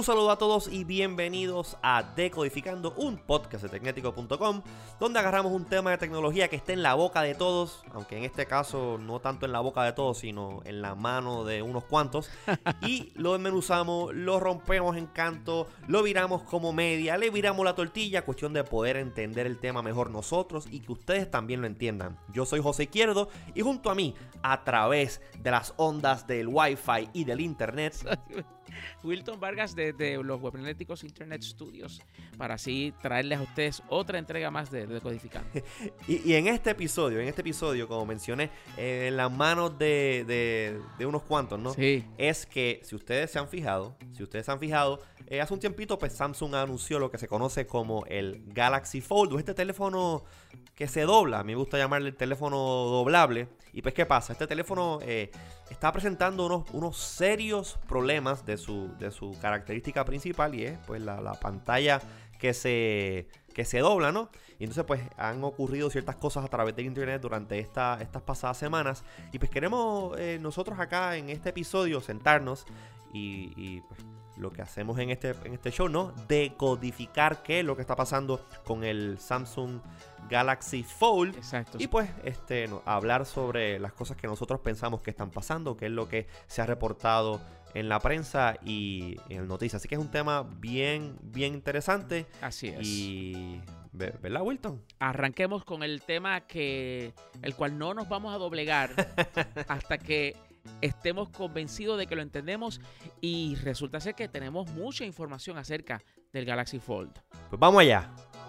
saludo a todos y bienvenidos a Decodificando, un podcast de Tecnético.com, donde agarramos un tema de tecnología que esté en la boca de todos, aunque en este caso no tanto en la boca de todos, sino en la mano de unos cuantos, y lo desmenuzamos, lo rompemos en canto, lo viramos como media, le viramos la tortilla, cuestión de poder entender el tema mejor nosotros y que ustedes también lo entiendan. Yo soy José Izquierdo y junto a mí, a través de las ondas del Wi-Fi y del Internet, Wilton Vargas de los Webnéticos Internet Studios, para así traerles a ustedes otra entrega más de Decodificando. y en este episodio, como mencioné, en las manos de unos cuantos, ¿no? Sí. Es que si ustedes se han fijado, hace un tiempito pues Samsung anunció lo que se conoce como el Galaxy Fold, o este teléfono que se dobla. A mí me gusta llamarle el teléfono doblable. Y pues, ¿qué pasa? Este teléfono está presentando unos serios problemas de su característica principal, y es pues la pantalla que se dobla, ¿no? Y entonces pues han ocurrido ciertas cosas a través del internet durante estas pasadas semanas. Y pues queremos nosotros acá en este episodio sentarnos y pues lo que hacemos en este show, ¿no? Decodificar qué es lo que está pasando con el Samsung Galaxy Fold. Exacto. Y pues hablar sobre las cosas que nosotros pensamos que están pasando, qué es lo que se ha reportado en la prensa y en noticias. Así que es un tema bien interesante. Así es. Y ¿verdad, Wilton? Arranquemos con el tema el cual no nos vamos a doblegar hasta que estemos convencidos de que lo entendemos, y resulta ser que tenemos mucha información acerca del Galaxy Fold. Pues vamos allá.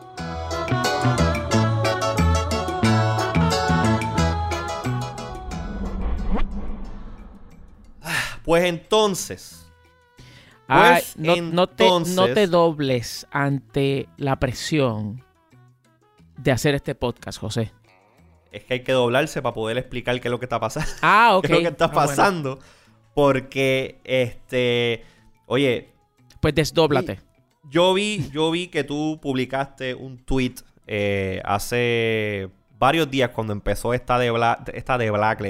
Pues entonces. No te dobles ante la presión de hacer este podcast, José. Es que hay que doblarse para poder explicar qué es lo que está pasando. Ok. ¿Qué es lo que está pasando? Bueno. Porque, oye. Pues desdóblate. Yo vi que tú publicaste un tweet hace varios días cuando empezó esta debacle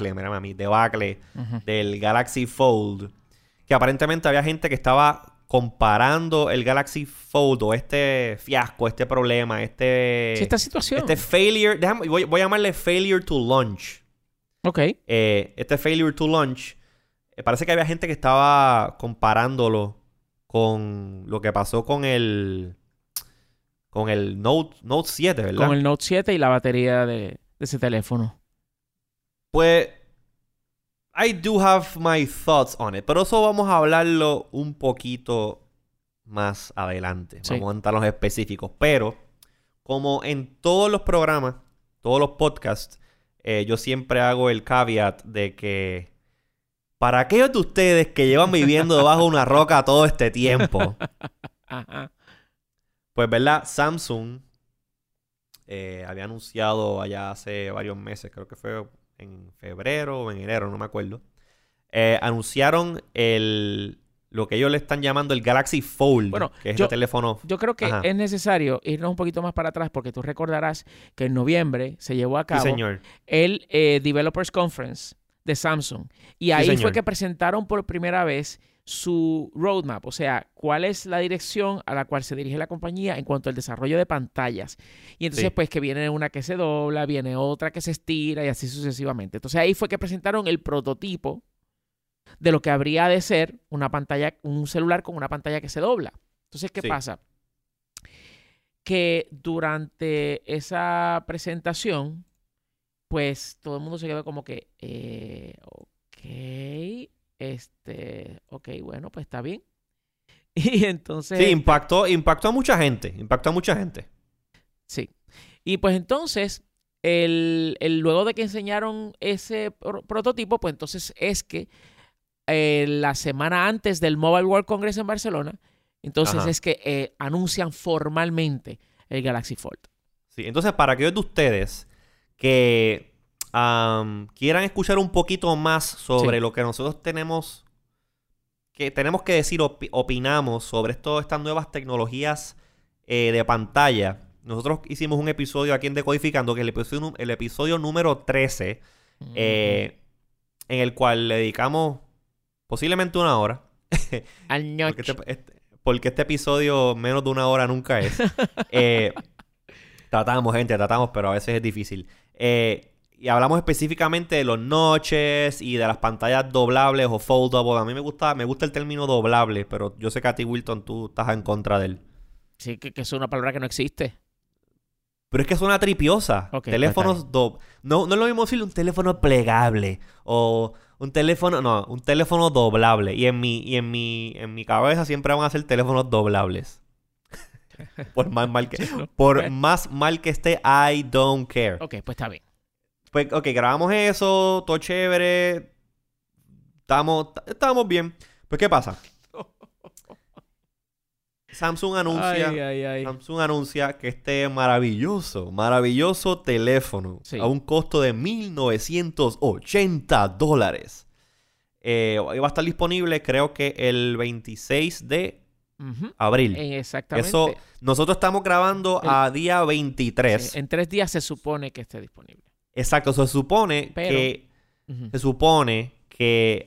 del Galaxy Fold, que aparentemente había gente que estaba comparando el Galaxy Fold o este fiasco, este problema, esta situación, este failure, voy a llamarle failure to launch. Ok. Este failure to launch, parece que había gente que estaba comparándolo con lo que pasó con el Note 7, ¿verdad? Con el Note 7 y la batería de ese teléfono. Pues I do have my thoughts on it, pero eso vamos a hablarlo un poquito más adelante. Sí. Vamos a entrar en los específicos. Pero, como en todos los programas, todos los podcasts, yo siempre hago el caveat de que para aquellos de ustedes que llevan viviendo debajo de una roca todo este tiempo, Ajá. pues, ¿verdad? Samsung había anunciado allá hace varios meses, creo que fue en febrero o en enero, no me acuerdo. Anunciaron lo que ellos le están llamando el Galaxy Fold, bueno, que es el teléfono. Yo creo que es necesario irnos un poquito más para atrás, porque tú recordarás que en noviembre se llevó a cabo el Developers Conference de Samsung. Y ahí fue que presentaron por primera vez su roadmap, o sea, cuál es la dirección a la cual se dirige la compañía en cuanto al desarrollo de pantallas. Y entonces, pues, que viene una que se dobla, viene otra que se estira y así sucesivamente. Entonces, ahí fue que presentaron el prototipo de lo que habría de ser una pantalla, un celular con una pantalla que se dobla. Entonces, ¿qué pasa? Que durante esa presentación, pues, todo el mundo se quedó como que, ok, bueno, pues está bien. Y entonces... Sí, impactó a mucha gente. Sí. Y pues entonces, luego de que enseñaron ese prototipo, pues entonces es que la semana antes del Mobile World Congress en Barcelona, entonces es que anuncian formalmente el Galaxy Fold. Sí, entonces para aquellos de ustedes que quieran escuchar un poquito más sobre lo que nosotros tenemos que decir, opinamos sobre estas nuevas tecnologías de pantalla. Nosotros hicimos un episodio aquí en Decodificando, que es el episodio número 13, en el cual le dedicamos posiblemente una hora al ñoch. porque este episodio menos de una hora nunca es. Tratamos, pero a veces es difícil. Y hablamos específicamente de los notches y de las pantallas doblables o foldable. A mí me gusta el término doblable, pero yo sé que a ti, Wilton, tú estás en contra de él. Sí, que es una palabra que no existe. Pero es que suena tripiosa. Okay, teléfonos no es lo mismo decirle un teléfono plegable o un teléfono doblable. Y en mi cabeza siempre van a ser teléfonos doblables. Por más mal que esté, I don't care. Ok, pues está bien. Pues, ok, grabamos eso, todo chévere. Estamos bien. Pues, ¿qué pasa? Samsung anuncia que este maravilloso teléfono a un costo de $1,980 va a estar disponible, creo que el 26 de abril. Exactamente. Eso, nosotros estamos grabando a día 23. Sí, en 3 días se supone que esté disponible. Exacto, se supone que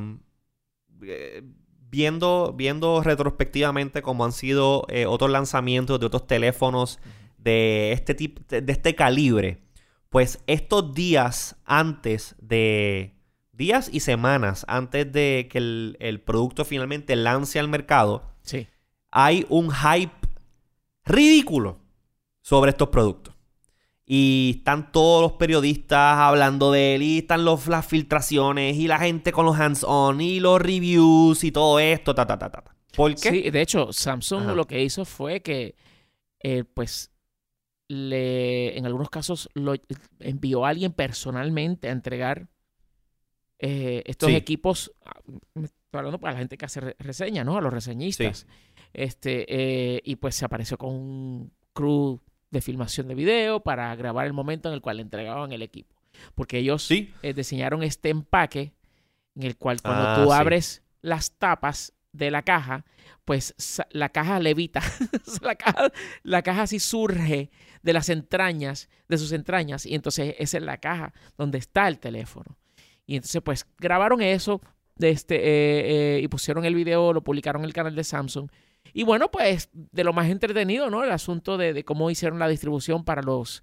viendo retrospectivamente cómo han sido otros lanzamientos de otros teléfonos de este tipo, de este calibre, pues estos días y semanas antes de que el producto finalmente lance al mercado, sí, hay un hype ridículo sobre estos productos. Y están todos los periodistas hablando de él. Y están las filtraciones. Y la gente con los hands-on. Y los reviews. Y todo esto. ¿Por qué? Sí, de hecho, Samsung lo que hizo fue que... pues... en algunos casos... lo envió a alguien personalmente a entregar... estos equipos... Estoy hablando para la gente que hace reseñas, ¿no? A los reseñistas. Sí. Y pues se apareció con un crew... de filmación de video para grabar el momento en el cual le entregaban el equipo. Porque ellos diseñaron este empaque en el cual cuando tú abres las tapas de la caja, pues la caja levita. la caja así surge de las entrañas, de sus entrañas, y entonces esa es la caja donde está el teléfono. Y entonces pues grabaron eso y pusieron el video, lo publicaron en el canal de Samsung. Y bueno, pues de lo más entretenido, ¿no? El asunto de cómo hicieron la distribución para los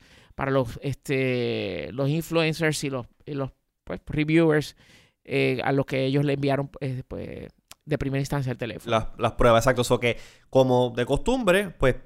influencers y los pues, reviewers a los que ellos le enviaron pues, de primera instancia el teléfono. Las pruebas, exacto. So que, como de costumbre, pues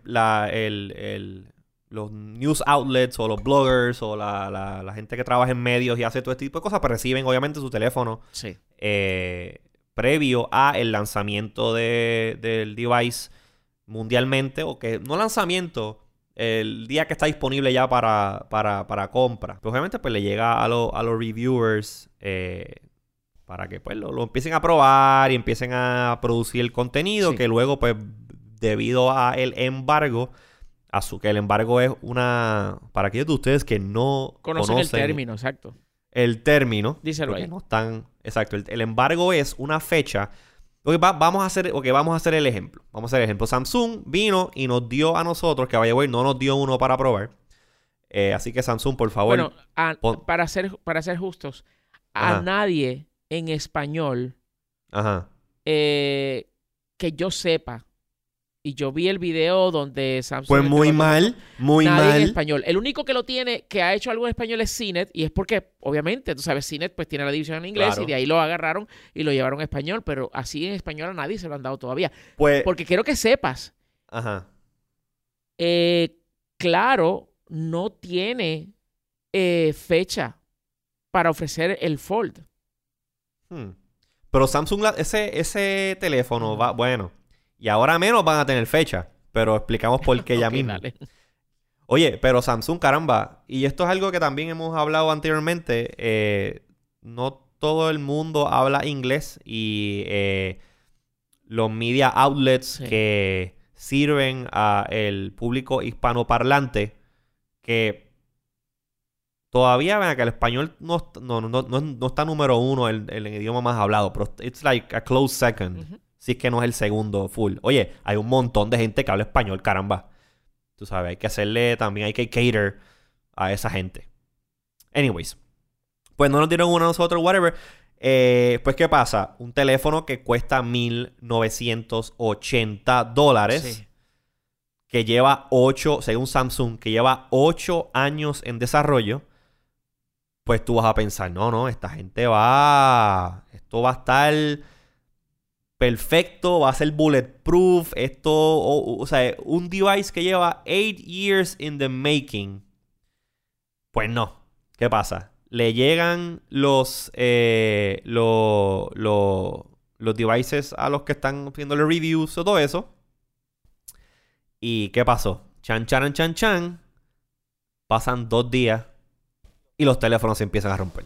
los news outlets o los bloggers o la gente que trabaja en medios y hace todo este tipo de cosas, pues reciben obviamente su teléfono. Sí. Previo a el lanzamiento del device mundialmente, o que no lanzamiento, el día que está disponible ya para compra. Pues obviamente pues le llega a los reviewers para que pues lo empiecen a probar y empiecen a producir el contenido que luego pues debido a el embargo, que el embargo es para aquellos de ustedes que no conocen el término, exacto. El término. Díselo ahí. No están... Exacto. El embargo es una fecha. Vamos a hacer el ejemplo. Samsung vino y nos dio a nosotros, que vaya, no nos dio uno para probar. Así que Samsung, por favor... Bueno, para ser justos, a nadie en español que yo sepa, y yo vi el video donde Samsung... Pues muy mal. En español. El único que lo tiene, que ha hecho algo en español es CNET, y es porque, obviamente, tú sabes, CNET pues tiene la división en inglés, y de ahí lo agarraron y lo llevaron a español, pero así en español a nadie se lo han dado todavía. Pues... Porque quiero que sepas. Claro, no tiene fecha para ofrecer el Fold. Pero Samsung, ese teléfono va... Bueno... Y ahora menos van a tener fecha. Pero explicamos por qué ya mismo. Dale. Oye, pero Samsung, caramba. Y esto es algo que también hemos hablado anteriormente. No todo el mundo habla inglés. Y los media outlets que sirven al público hispanoparlante, que todavía ven que el español no está número uno en el idioma más hablado. Pero it's like a close second. Si es que no es el segundo full. Oye, hay un montón de gente que habla español, caramba. Tú sabes, hay que cater a esa gente. Anyways. Pues no nos dieron uno a nosotros, whatever. Pues, ¿qué pasa? Un teléfono que cuesta $1,980. Sí. Que lleva 8, según Samsung, que lleva 8 años en desarrollo. Pues tú vas a pensar, no, esta gente esto va a estar perfecto, va a ser bulletproof, o sea, un device que lleva 8 years in the making. Pues no. ¿Qué pasa? Le llegan los devices a los que están haciéndole reviews o todo eso. ¿Y qué pasó? Chan. Pasan 2 días y los teléfonos se empiezan a romper.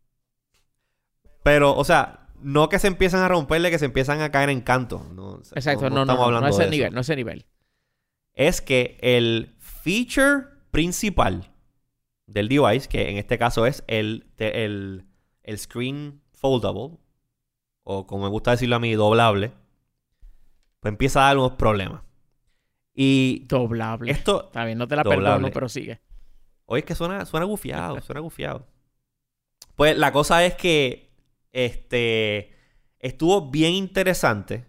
Pero, o sea, no que se empiezan a romperle, que se empiezan a caer en canto. No, o sea, exacto, no es ese nivel, no es ese nivel. Es que el feature principal del device, que en este caso es el screen foldable, o como me gusta decirlo a mí, doblable, pues empieza a dar unos problemas. Y doblable. Esto está bien, no te la perdono, pero sigue. Oye, es que suena gufiado, Pues la cosa es que estuvo bien interesante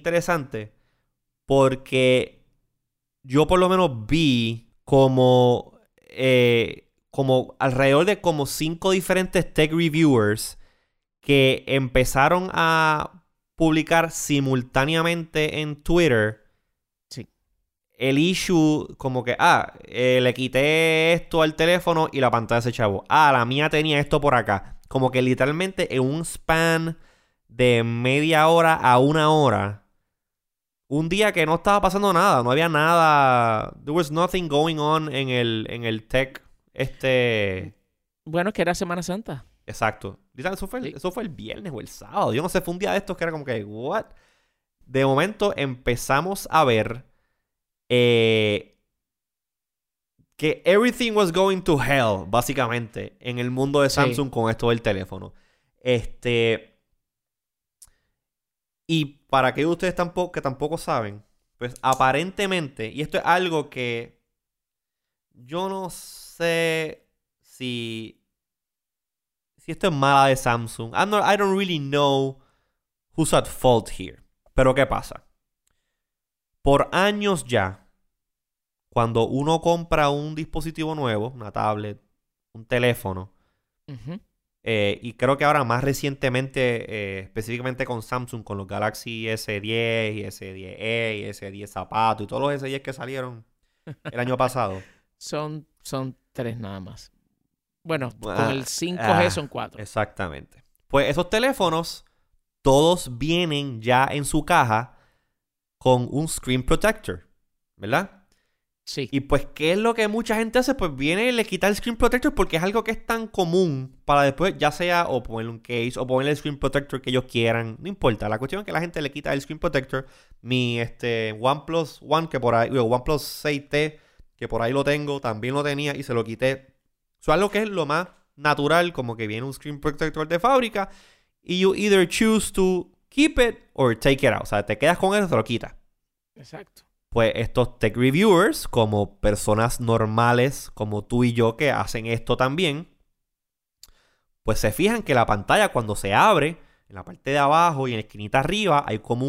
porque yo por lo menos vi como alrededor de como 5 diferentes tech reviewers que empezaron a publicar simultáneamente en Twitter el issue como que, le quité esto al teléfono y la pantalla se chavó. La mía tenía esto por acá. Como que literalmente en un span de media hora a 1 hora. Un día que no estaba pasando nada. No había nada. There was nothing going on en el tech. Bueno, es que era Semana Santa. Exacto. Eso fue el viernes o el sábado. Yo no sé, fue un día de estos que era como que, what? De momento empezamos a ver que everything was going to hell, básicamente, en el mundo de Samsung con esto del teléfono. Y para aquellos de ustedes que tampoco saben, pues aparentemente, y esto es algo que yo no sé si esto es mala de Samsung. I don't really know who's at fault here. Pero ¿qué pasa? Por años ya, cuando uno compra un dispositivo nuevo, una tablet, un teléfono, y creo que ahora más recientemente, específicamente con Samsung, con los Galaxy S10 y S10e y S10 Zapato y todos los S10 que salieron el año pasado. Son 3 nada más. Bueno, con el 5G son 4. Exactamente. Pues esos teléfonos, todos vienen ya en su caja con un screen protector, ¿verdad? Sí. Y pues, ¿qué es lo que mucha gente hace? Pues viene y le quita el screen protector porque es algo que es tan común para después, ya sea o ponerle un case o ponerle el screen protector que ellos quieran. No importa. La cuestión es que la gente le quita el screen protector. Mi OnePlus One, que por ahí, OnePlus 6T, que por ahí lo tengo, también lo tenía y se lo quité. Eso es algo que es lo más natural, como que viene un screen protector de fábrica y you either choose to keep it or take it out. O sea, te quedas con él o te lo quitas. Exacto. Pues estos tech reviewers, como personas normales como tú y yo que hacen esto también, pues se fijan que la pantalla cuando se abre, en la parte de abajo y en la esquinita arriba, hay como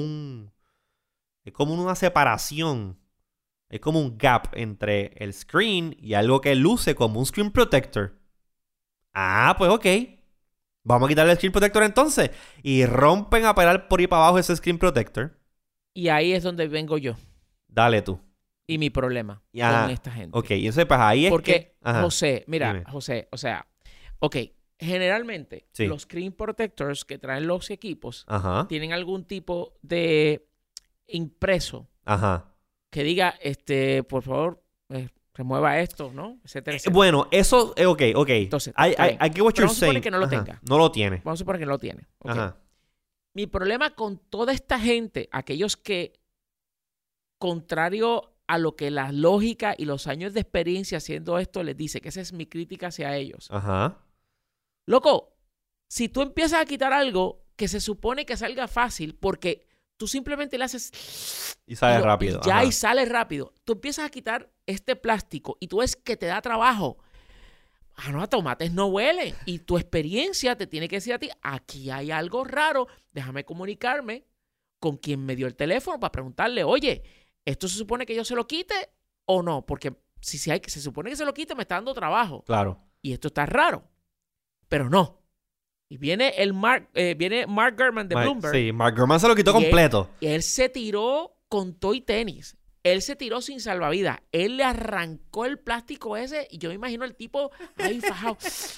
una separación. Hay como un gap entre el screen y algo que luce como un screen protector. Pues ok. Vamos a quitarle el screen protector entonces. Y rompen a pegar por ahí para abajo ese screen protector. Y ahí es donde vengo yo. Dale tú. Y mi problema con esta gente. Ok, y entonces pues ahí es porque, José, mira, José, o sea, ok, generalmente los screen protectors que traen los equipos tienen algún tipo de impreso que diga, por favor, remueva esto, ¿no? Etcétera, etcétera. Bueno, eso, ok. Entonces, I get what you're saying. Vamos a suponer que no lo tenga. No lo tiene. Vamos a suponer que no lo tiene. Okay. Mi problema con toda esta gente, aquellos que, contrario a lo que la lógica y los años de experiencia haciendo esto les dice, que esa es mi crítica hacia ellos. Loco, si tú empiezas a quitar algo que se supone que salga fácil, porque tú simplemente le haces y sale rápido. Y sale rápido. Tú empiezas a quitar este plástico y tú ves que te da trabajo. no, tomates no huelen. Y tu experiencia te tiene que decir a ti, aquí hay algo raro, déjame comunicarme con quien me dio el teléfono para preguntarle, oye, ¿esto se supone que yo se lo quite o no? Porque si se supone que se lo quite, me está dando trabajo. Claro. Y esto está raro. Pero no. Y viene Mark Gurman de Bloomberg. Sí, Mark Gurman se lo quitó completo. Y él se tiró con todo y tenis. Él se tiró sin salvavidas. Él le arrancó el plástico ese y yo me imagino el tipo ahí fajado.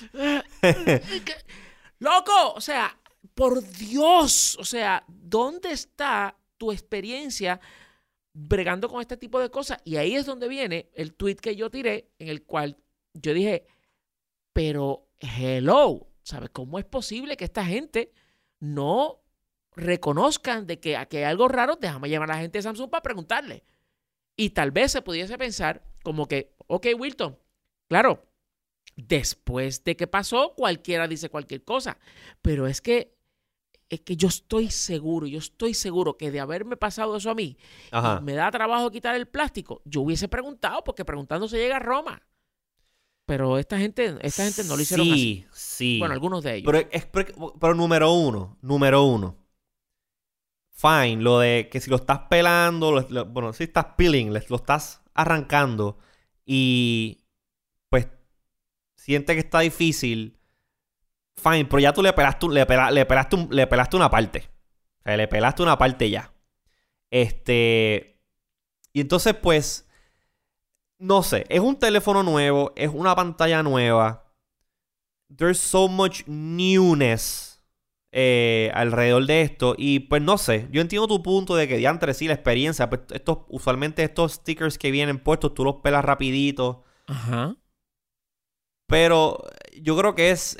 ¡Loco! O sea, por Dios. O sea, ¿dónde está tu experiencia bregando con este tipo de cosas? Y ahí es donde viene el tweet que yo tiré en el cual yo dije, pero hello, ¿sabes cómo es posible que esta gente no reconozcan de que aquí hay algo raro? Déjame llamar a la gente de Samsung para preguntarle. Y tal vez se pudiese pensar como que, ok, Wilton, claro, después de que pasó, cualquiera dice cualquier cosa. Pero es que yo estoy seguro que de haberme pasado eso a mí, y me da trabajo quitar el plástico, yo hubiese preguntado, porque preguntando se llega a Roma. Pero esta gente no lo hicieron así. Sí. Bueno, algunos de ellos. Pero número uno. Fine, lo de que si lo estás pelando, si estás peeling, lo estás arrancando y pues siente que está difícil, fine, pero ya tú le pelaste una parte. O sea, le pelaste una parte ya. Y entonces pues no sé, es un teléfono nuevo, es una pantalla nueva. There's so much newness alrededor de esto. Y pues no sé, yo entiendo tu punto de que diantre, sí, la experiencia. Pues usualmente estos stickers que vienen puestos, tú los pelas rapidito. Ajá. Pero yo creo que es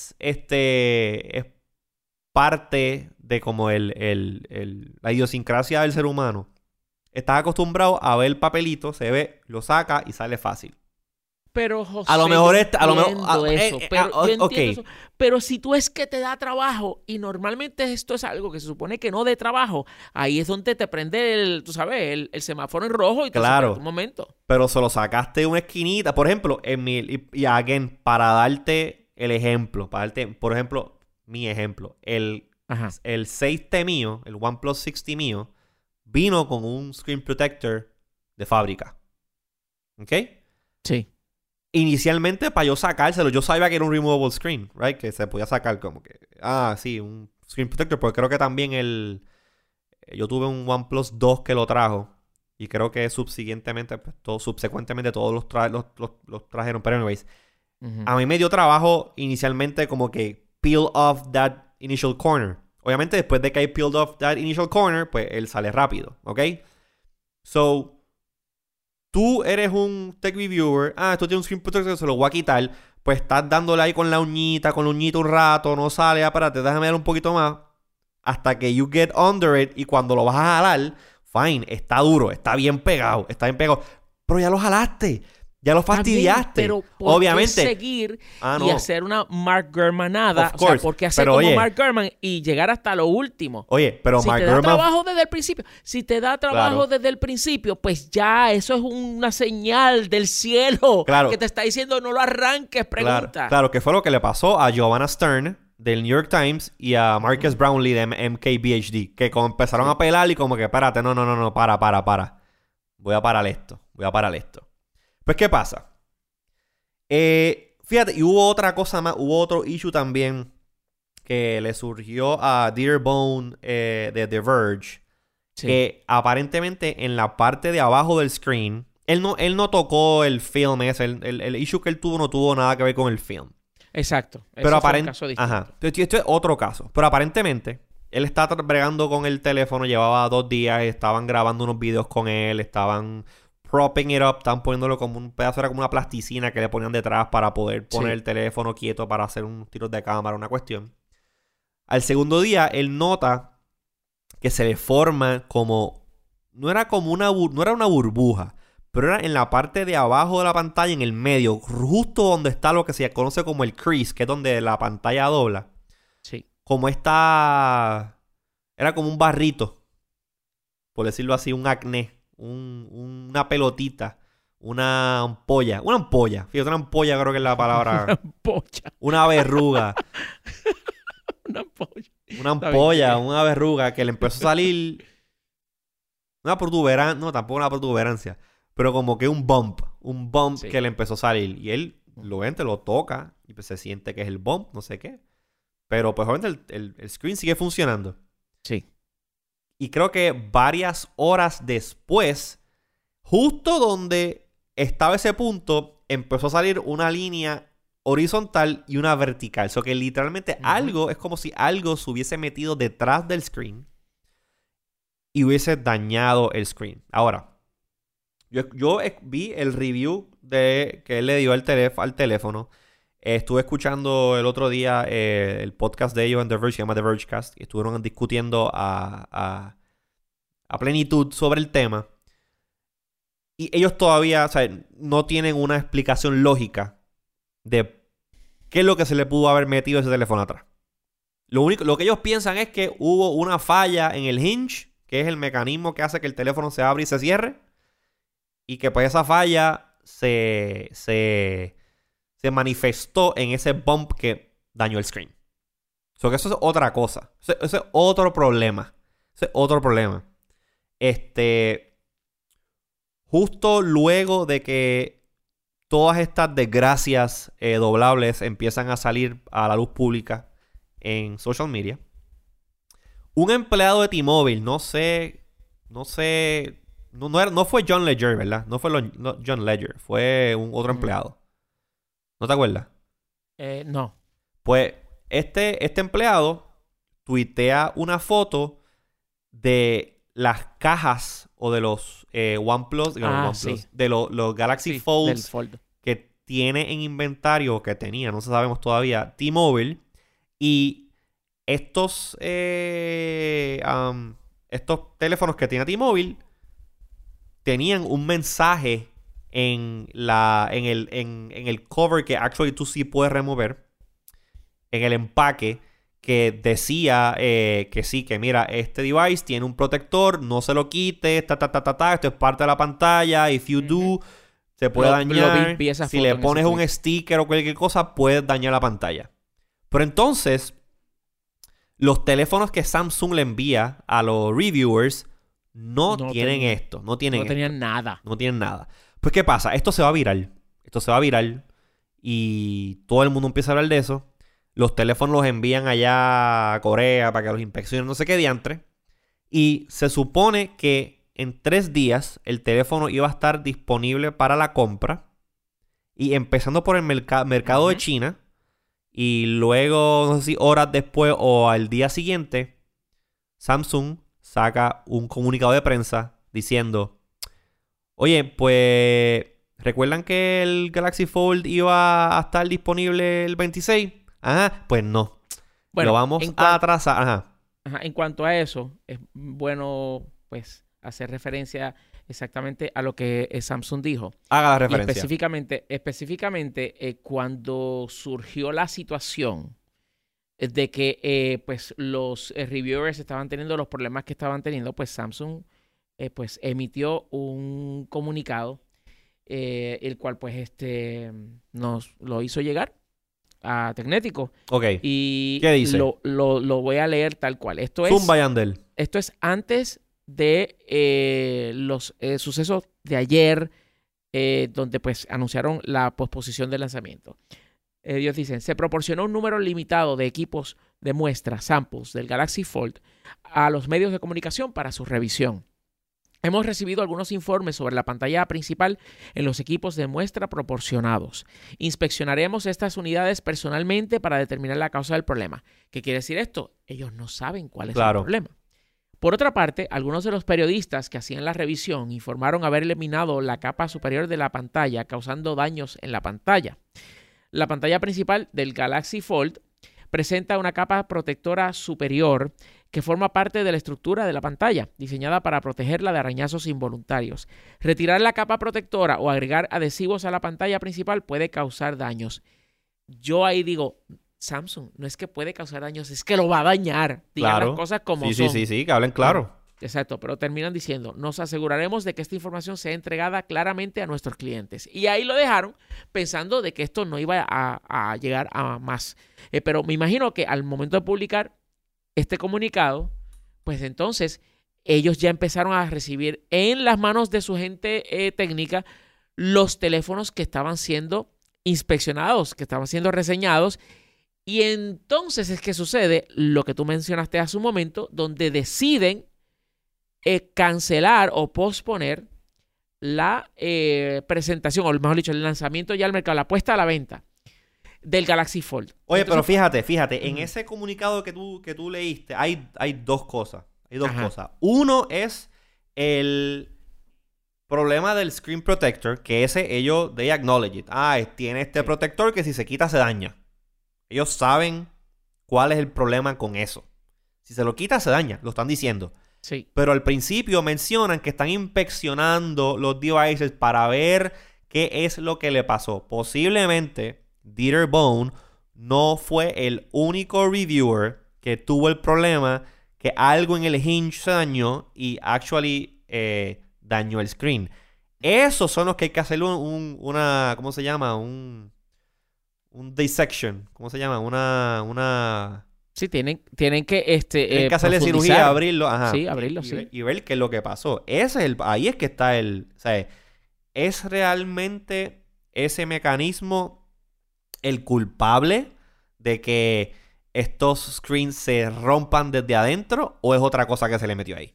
parte de como la idiosincrasia del ser humano. Estás acostumbrado a ver el papelito, se ve, lo saca y sale fácil. Pero José, a lo mejor eso. Pero si tú es que te da trabajo y normalmente esto es algo que se supone que no dé trabajo, ahí es donde te prende el semáforo en rojo y te claro, un momento. Pero se lo sacaste de una esquinita. Por ejemplo, para darte el ejemplo, por ejemplo, mi ejemplo, el 6T mío, el OnePlus 6T mío, vino con un screen protector de fábrica. ¿Ok? Sí. Inicialmente, para yo sacárselo, yo sabía que era un removable screen, right? Que se podía sacar como que... sí, un screen protector. Porque creo que también yo tuve un OnePlus 2 que lo trajo. Y creo que subsecuentemente todos los trajeron. Pero anyways, a mí me dio trabajo inicialmente como que peel off that initial corner. Obviamente, después de que hay peeled off that initial corner, pues él sale rápido, ¿ok? So... Tú eres un tech reviewer. Esto tiene un screen protector, se lo voy a quitar. Pues estás dándole ahí con la uñita un rato. No sale, espérate, déjame dar un poquito más. Hasta que you get under it. Y cuando lo vas a jalar, fine, está duro, está bien pegado. Pero ya lo jalaste. Ya lo fastidiaste. Pero ¿por obviamente qué seguir y hacer una Mark Gurmanada? O sea, ¿por qué hacer Mark Gurman y llegar hasta lo último? Oye, pero Mark Gurman... Si te da trabajo desde el principio, pues ya eso es una señal del cielo que te está diciendo no lo arranques, pregunta. Claro, que fue lo que le pasó a Giovanna Stern del New York Times y a Marcus Brownlee de MKBHD, que como empezaron a pelar y como que espérate, no, para. Voy a parar esto. Pues, ¿qué pasa? Fíjate, y hubo otra cosa más, hubo otro issue también que le surgió a Dearborn de The Verge, que aparentemente en la parte de abajo del screen, él no tocó el film ese, el issue que él tuvo no tuvo nada que ver con el film. Exacto. Pero aparentemente... Esto es otro caso. Pero aparentemente, él está bregando con el teléfono, llevaba 2 días, estaban grabando unos videos con él, estaban... propping it up, estaban poniéndolo como un pedazo, era como una plasticina que le ponían detrás para poder poner el teléfono quieto para hacer unos tiros de cámara, una cuestión. Al segundo día, él nota que se le forma como... No era una burbuja, pero era en la parte de abajo de la pantalla, en el medio, justo donde está lo que se conoce como el crease, que es donde la pantalla dobla. Sí. Como era como un barrito, por decirlo así, un acné. Una pelotita una ampolla. Una ampolla. Fíjate, una ampolla creo que es la palabra. Una ampolla. Una verruga. Una ampolla. Una ampolla, una verruga que le empezó a salir una protuberancia. No, tampoco una protuberancia. Pero como que un bump. Un bump sí. Que le empezó a salir. Y él lo toca y pues se siente que es el bump, no sé qué. Pero pues obviamente el screen sigue funcionando. Sí. Y creo que varias horas después, justo donde estaba ese punto, empezó a salir una línea horizontal y una vertical. O sea que literalmente algo, es como si algo se hubiese metido detrás del screen y hubiese dañado el screen. Ahora, yo vi el review que él le dio al teléfono. Estuve escuchando el otro día el podcast de ellos en The Verge, se llama The Vergecast, y estuvieron discutiendo a plenitud sobre el tema. Y ellos todavía, o sea, no tienen una explicación lógica de qué es lo que se le pudo haber metido a ese teléfono atrás. Lo que ellos piensan es que hubo una falla en el hinge, que es el mecanismo que hace que el teléfono se abra y se cierre, y que pues esa falla se manifestó en ese bump que dañó el screen. So que eso es otra cosa. Eso es otro problema. Eso es otro problema. Justo luego de que todas estas desgracias doblables empiezan a salir a la luz pública en social media, un empleado de T-Mobile, no fue John Ledger, ¿verdad? No fue John Ledger, fue un otro empleado. ¿No te acuerdas? No. Pues este empleado tuitea una foto de las cajas o de los OnePlus, sí. de los Galaxy Folds que tiene en inventario, que tenía, no sabemos todavía, T-Mobile. Y estos teléfonos que tiene T-Mobile tenían un mensaje en el cover que actually tú sí puedes remover, en el empaque, que decía que sí, que mira, este device tiene un protector, no se lo quites, esto es parte de la pantalla, if you do, se puede dañar. Vi esa si foto le pones un sticker o cualquier cosa, puedes dañar la pantalla. Pero entonces, los teléfonos que Samsung le envía a los reviewers no tienen esto. No tenían nada. No tienen nada. Pues, ¿qué pasa? Esto se va a virar. Y todo el mundo empieza a hablar de eso. Los teléfonos los envían allá a Corea para que los inspeccionen, no sé qué diantre. Y se supone que en 3 días el teléfono iba a estar disponible para la compra. Y empezando por el mercado de China. Y luego, no sé si horas después o al día siguiente, Samsung saca un comunicado de prensa diciendo: oye, pues, ¿recuerdan que el Galaxy Fold iba a estar disponible el 26? Ajá, pues no. Bueno, lo vamos a atrasar. Ajá. En cuanto a eso, es bueno, pues, hacer referencia exactamente a lo que Samsung dijo. Haga la referencia. Y específicamente cuando surgió la situación de que pues los reviewers estaban teniendo los problemas que estaban teniendo, pues Samsung pues emitió un comunicado el cual pues nos lo hizo llegar a Tecnético. Ok. Y ¿qué dice? Lo voy a leer tal cual. Esto es antes de los sucesos de ayer, donde pues anunciaron la posposición del lanzamiento. Ellos dicen: se proporcionó un número limitado de equipos de muestra, samples del Galaxy Fold a los medios de comunicación para su revisión. Hemos recibido algunos informes sobre la pantalla principal en los equipos de muestra proporcionados. Inspeccionaremos estas unidades personalmente para determinar la causa del problema. ¿Qué quiere decir esto? Ellos no saben cuál es el problema. Por otra parte, algunos de los periodistas que hacían la revisión informaron haber eliminado la capa superior de la pantalla, causando daños en la pantalla. La pantalla principal del Galaxy Fold presenta una capa protectora superior que forma parte de la estructura de la pantalla, diseñada para protegerla de arañazos involuntarios. Retirar la capa protectora o agregar adhesivos a la pantalla principal puede causar daños. Yo ahí digo: Samsung, no es que puede causar daños, es que lo va a dañar. Digan las cosas como son. Sí, que hablen claro. Exacto, pero terminan diciendo, nos aseguraremos de que esta información sea entregada claramente a nuestros clientes. Y ahí lo dejaron pensando de que esto no iba a llegar a más. Pero me imagino que al momento de publicar este comunicado, pues entonces ellos ya empezaron a recibir en las manos de su gente técnica los teléfonos que estaban siendo inspeccionados, que estaban siendo reseñados. Y entonces es que sucede lo que tú mencionaste hace un momento, donde deciden cancelar o posponer la presentación, o mejor dicho, el lanzamiento ya al mercado, la puesta a la venta del Galaxy Fold. Oye, entonces, pero fíjate, en ese comunicado que tú leíste hay dos cosas. Hay dos cosas. Uno es el problema del screen protector, que ellos, they acknowledge it. Tiene este protector que si se quita se daña. Ellos saben cuál es el problema con eso. Si se lo quita se daña, lo están diciendo. Sí. Pero al principio mencionan que están inspeccionando los devices para ver qué es lo que le pasó. Posiblemente Dieter Bohn no fue el único reviewer que tuvo el problema que algo en el hinge se dañó y actually dañó el screen. Esos son los que hay que hacer una ¿cómo se llama? Un dissection. ¿Cómo se llama? Una Sí, tienen que tienen que hacerle cirugía, abrirlo, Sí, abrirlo, sí. Y ver qué es lo que pasó. Ahí es que está o sea, ¿es realmente ese mecanismo el culpable de que estos screens se rompan desde adentro o es otra cosa que se le metió ahí?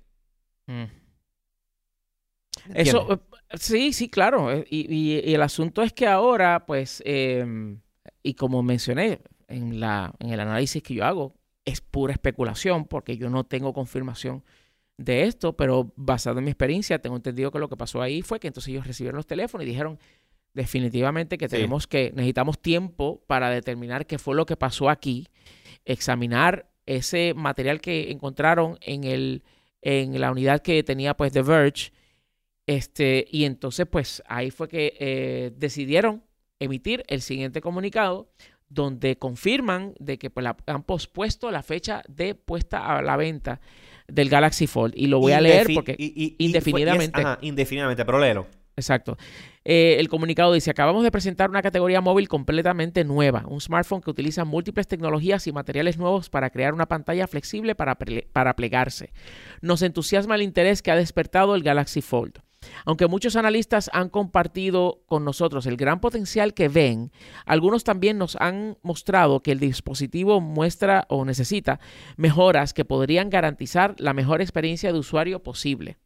Eso, sí, claro. Y el asunto es que ahora, pues, y como mencioné en el análisis que yo hago, es pura especulación porque yo no tengo confirmación de esto, pero basado en mi experiencia, tengo entendido que lo que pasó ahí fue que entonces ellos recibieron los teléfonos y dijeron definitivamente que necesitamos tiempo para determinar qué fue lo que pasó aquí, examinar ese material que encontraron en la unidad que tenía pues The Verge, y entonces pues ahí fue que decidieron emitir el siguiente comunicado donde confirman de que pues, han pospuesto la fecha de puesta a la venta del Galaxy Fold. Y lo voy a leer porque indefinidamente. Indefinidamente, pero léelo. Exacto. El comunicado dice, acabamos de presentar una categoría móvil completamente nueva, un smartphone que utiliza múltiples tecnologías y materiales nuevos para crear una pantalla flexible para plegarse. Nos entusiasma el interés que ha despertado el Galaxy Fold. Aunque muchos analistas han compartido con nosotros el gran potencial que ven, algunos también nos han mostrado que el dispositivo muestra o necesita mejoras que podrían garantizar la mejor experiencia de usuario posible.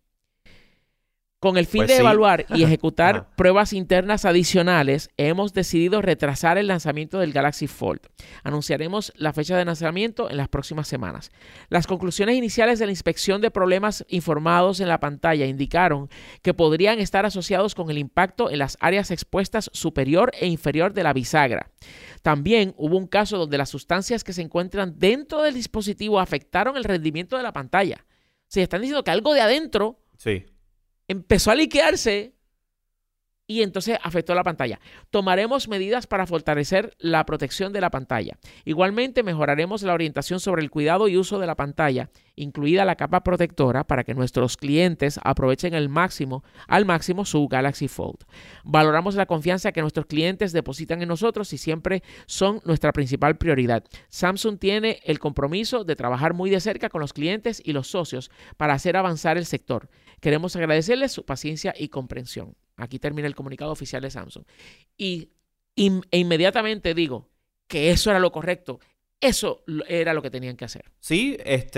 Con el fin de evaluar y ejecutar pruebas internas adicionales, hemos decidido retrasar el lanzamiento del Galaxy Fold. Anunciaremos la fecha de lanzamiento en las próximas semanas. Las conclusiones iniciales de la inspección de problemas informados en la pantalla indicaron que podrían estar asociados con el impacto en las áreas expuestas superior e inferior de la bisagra. También hubo un caso donde las sustancias que se encuentran dentro del dispositivo afectaron el rendimiento de la pantalla. O sea, están diciendo que algo de adentro empezó a liquearse y entonces afectó la pantalla. Tomaremos medidas para fortalecer la protección de la pantalla. Igualmente, mejoraremos la orientación sobre el cuidado y uso de la pantalla, incluida la capa protectora, para que nuestros clientes aprovechen al máximo su Galaxy Fold. Valoramos la confianza que nuestros clientes depositan en nosotros y siempre son nuestra principal prioridad. Samsung tiene el compromiso de trabajar muy de cerca con los clientes y los socios para hacer avanzar el sector. Queremos agradecerles su paciencia y comprensión. Aquí termina el comunicado oficial de Samsung. E inmediatamente digo que eso era lo correcto. Eso era lo que tenían que hacer. Sí,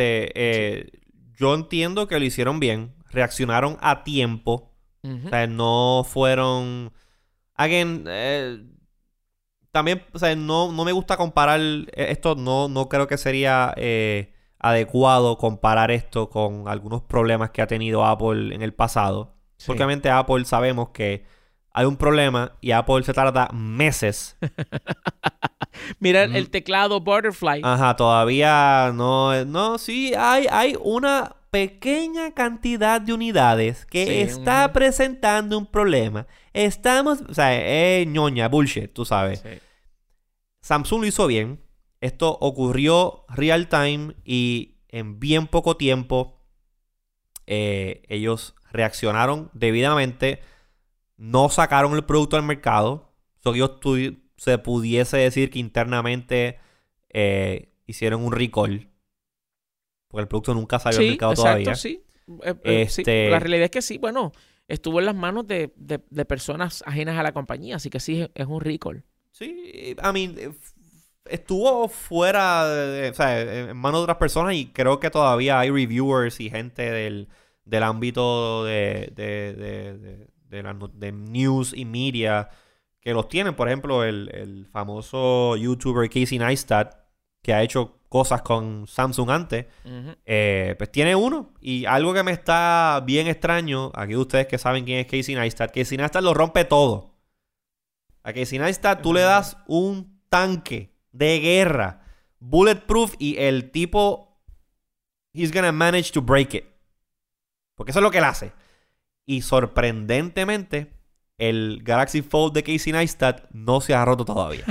yo entiendo que lo hicieron bien. Reaccionaron a tiempo. O sea, no fueron... Again, también, o sea, no me gusta comparar esto. No creo que sería adecuado comparar esto con algunos problemas que ha tenido Apple en el pasado. Sí. Porque obviamente Apple sabemos que hay un problema y Apple se tarda meses. Mira el teclado Butterfly. Todavía no, sí, hay una pequeña cantidad de unidades que está presentando un problema. O sea, ñoña, bullshit, tú sabes. Sí. Samsung lo hizo bien. Esto ocurrió real time y en bien poco tiempo. ellos reaccionaron debidamente, no sacaron el producto al mercado, so que ellos se pudiese decir que internamente hicieron un recall, porque el producto nunca salió al mercado todavía. Sí, la realidad es que sí, bueno, estuvo en las manos de personas ajenas a la compañía, así que sí, es un recall. Sí, estuvo fuera, o sea, en manos de otras personas, y creo que todavía hay reviewers y gente del ámbito de news y media que los tienen. Por ejemplo, el famoso youtuber Casey Neistat, que ha hecho cosas con Samsung antes, pues tiene uno. Y algo que me está bien extraño, aquí ustedes que saben quién es Casey Neistat lo rompe todo. A Casey Neistat tú le das un tanque de guerra, bulletproof, y el tipo, he's gonna manage to break it. Porque eso es lo que él hace. Y sorprendentemente, el Galaxy Fold de Casey Neistat no se ha roto todavía.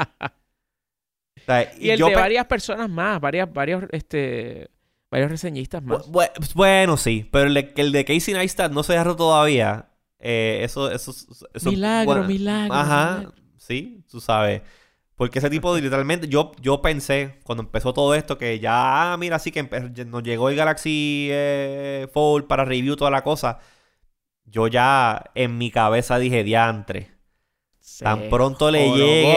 O sea, y el de varias personas más, varios reseñistas más. Bueno, sí, pero el de Casey Neistat no se ha roto todavía. Eso milagro. Ajá, milagro. Sí, tú sabes. Porque ese tipo literalmente, yo pensé cuando empezó todo esto que ya, mira, sí que nos llegó el Galaxy Fold para review, toda la cosa. Yo ya en mi cabeza dije, diantre. Tan pronto le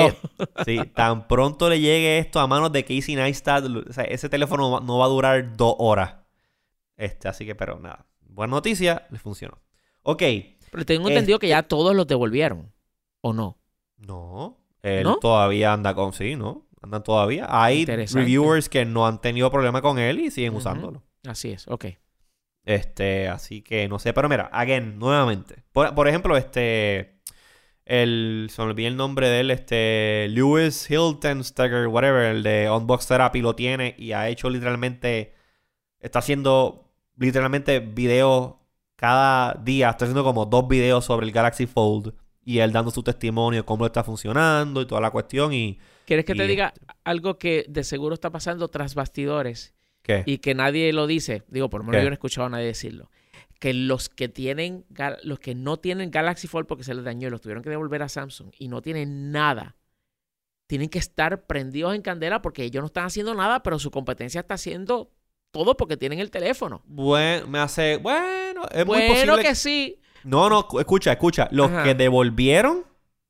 llegue esto a manos de Casey Neistat, o sea, ese teléfono no va a durar 2 horas. Así que, pero nada. Buena noticia, le funcionó. Ok. Pero tengo entendido que ya todos los devolvieron, ¿o no? No. Él todavía anda con... Sí, ¿no? Andan todavía. Hay reviewers que no han tenido problema con él y siguen usándolo. Así es, ok. Así que no sé. Pero mira, again, nuevamente. Por ejemplo, se me olvidó el nombre de él, Lewis Hildensteger, whatever, el de Unbox Therapy, lo tiene y ha hecho literalmente... Está haciendo literalmente videos cada día. Está haciendo como 2 videos sobre el Galaxy Fold. Y él dando su testimonio de cómo está funcionando y toda la cuestión. ¿Quieres que te diga algo que de seguro está pasando tras bastidores? ¿Qué? Y que nadie lo dice. Digo, por lo menos yo no he escuchado a nadie decirlo. Que los que no tienen Galaxy Fold porque se les dañó y los tuvieron que devolver a Samsung y no tienen nada, tienen que estar prendidos en candela porque ellos no están haciendo nada, pero su competencia está haciendo todo porque tienen el teléfono. Bueno, es muy posible que sí. No, escucha. Los que devolvieron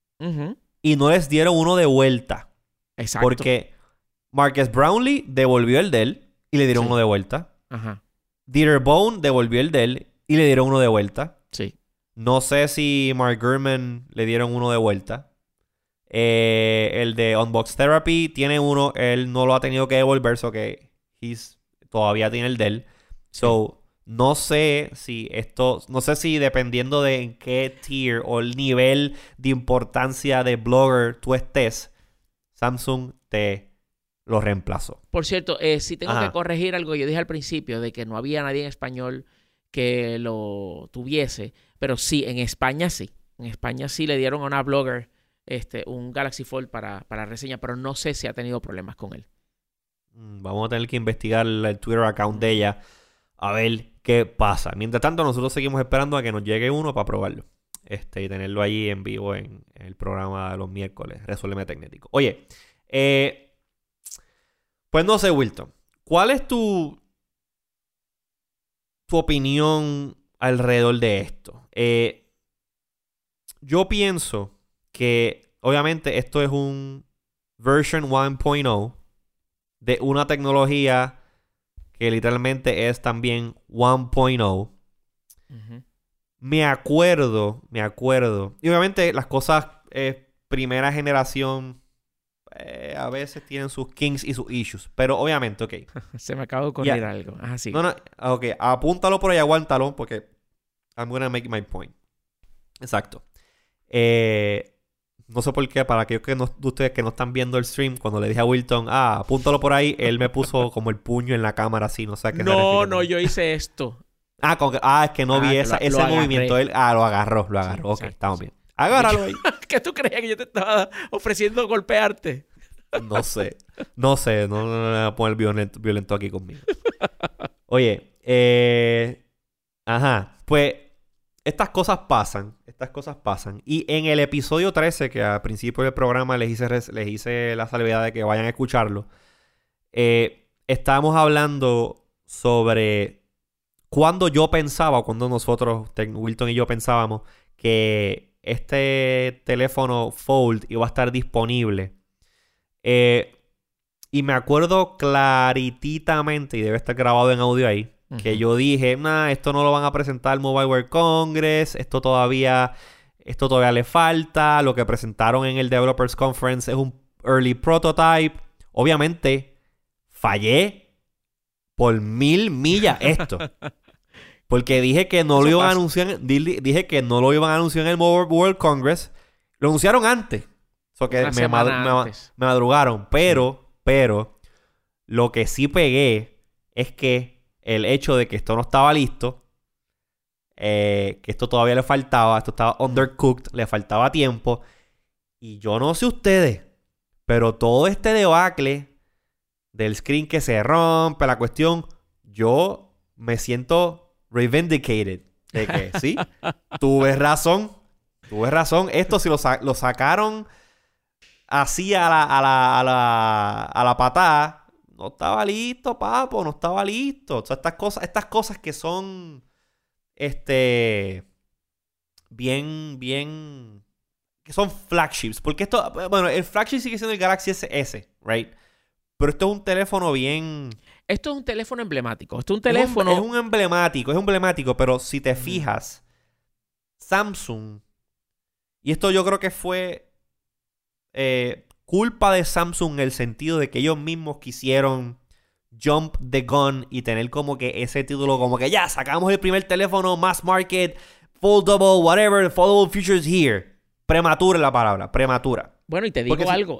y no les dieron uno de vuelta. Exacto. Porque Marques Brownlee devolvió el de él y le dieron uno de vuelta. Ajá. Dieter Bohn devolvió el de él y le dieron uno de vuelta. Sí. No sé si Mark Gurman le dieron uno de vuelta. El de Unbox Therapy tiene uno. Él no lo ha tenido que devolver, so que todavía tiene el de él. Sí. So... No sé si dependiendo de en qué tier o el nivel de importancia de blogger tú estés, Samsung te lo reemplazó. Por cierto, sí tengo que corregir algo. Yo dije al principio de que no había nadie en español que lo tuviese, pero sí, en España sí. En España sí le dieron a una blogger un Galaxy Fold para reseña, pero no sé si ha tenido problemas con él. Vamos a tener que investigar el Twitter account de ella a ver qué pasa. Mientras tanto, nosotros seguimos esperando a que nos llegue uno para probarlo. Y tenerlo ahí en vivo en el programa de los miércoles. Resuélveme Tecnético. Oye, pues no sé, Wilton. ¿Cuál es tu opinión alrededor de esto? Yo pienso que, obviamente, esto es un version 1.0 de una tecnología que literalmente es también 1.0. Me acuerdo. Y obviamente las cosas primera generación a veces tienen sus kinks y sus issues. Pero obviamente, ok. Se me acaba de ocurrir algo. Sí. No, ok. Apúntalo por ahí, aguántalo porque I'm gonna make my point. Exacto. No sé por qué, para aquellos de ustedes que no están viendo el stream, cuando le dije a Wilton, apúntalo por ahí, él me puso como el puño en la cámara así, no sé a qué. No, yo hice esto. Es que no vi ese movimiento. Él, lo agarró. Sí, ok, estamos bien. Agárralo ahí. ¿Qué tú creías que yo te estaba ofreciendo golpearte? No sé, no me voy a poner violento aquí conmigo. Oye, Ajá, pues estas cosas pasan. Y en el episodio 13, que al principio del programa les hice la salvedad de que vayan a escucharlo, estábamos hablando sobre cuando nosotros, Wilton y yo pensábamos que este teléfono Fold iba a estar disponible. Y me acuerdo clarititamente, y debe estar grabado en audio ahí, que yo dije, esto no lo van a presentar al Mobile World Congress, esto todavía le falta, lo que presentaron en el Developers Conference es un early prototype. Obviamente, fallé por 1000 millas esto. Porque dije que no lo iban a anunciar, dije que no lo iban a anunciar en el Mobile World Congress. Lo anunciaron antes. So que me madrugaron. Pero lo que sí pegué es que el hecho de que esto no estaba listo, que esto todavía le faltaba, esto estaba undercooked, le faltaba tiempo. Y yo no sé ustedes, pero todo este debacle del screen que se rompe, la cuestión, yo me siento revindicated. De que sí, tuve razón. Esto si lo sacaron así a la patada, no estaba listo, papo, no estaba listo. O sea, estas cosas que son bien que son flagships, porque esto, bueno, el flagship sigue siendo el Galaxy S, right? Pero esto es un teléfono bien... Esto es un teléfono emblemático. Esto es un teléfono... Es emblemático, pero si te fijas, Samsung, y esto yo creo que fue culpa de Samsung en el sentido de que ellos mismos quisieron jump the gun y tener como que ese título como que ya, sacamos el primer teléfono mass market, foldable, whatever, foldable features here. Prematura es la palabra, prematura. Bueno, y te digo algo,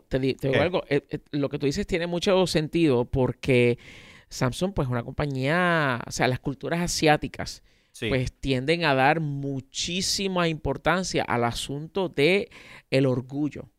lo que tú dices tiene mucho sentido porque Samsung, pues, es una compañía, o sea, las culturas asiáticas, pues, tienden a dar muchísima importancia al asunto de el orgullo.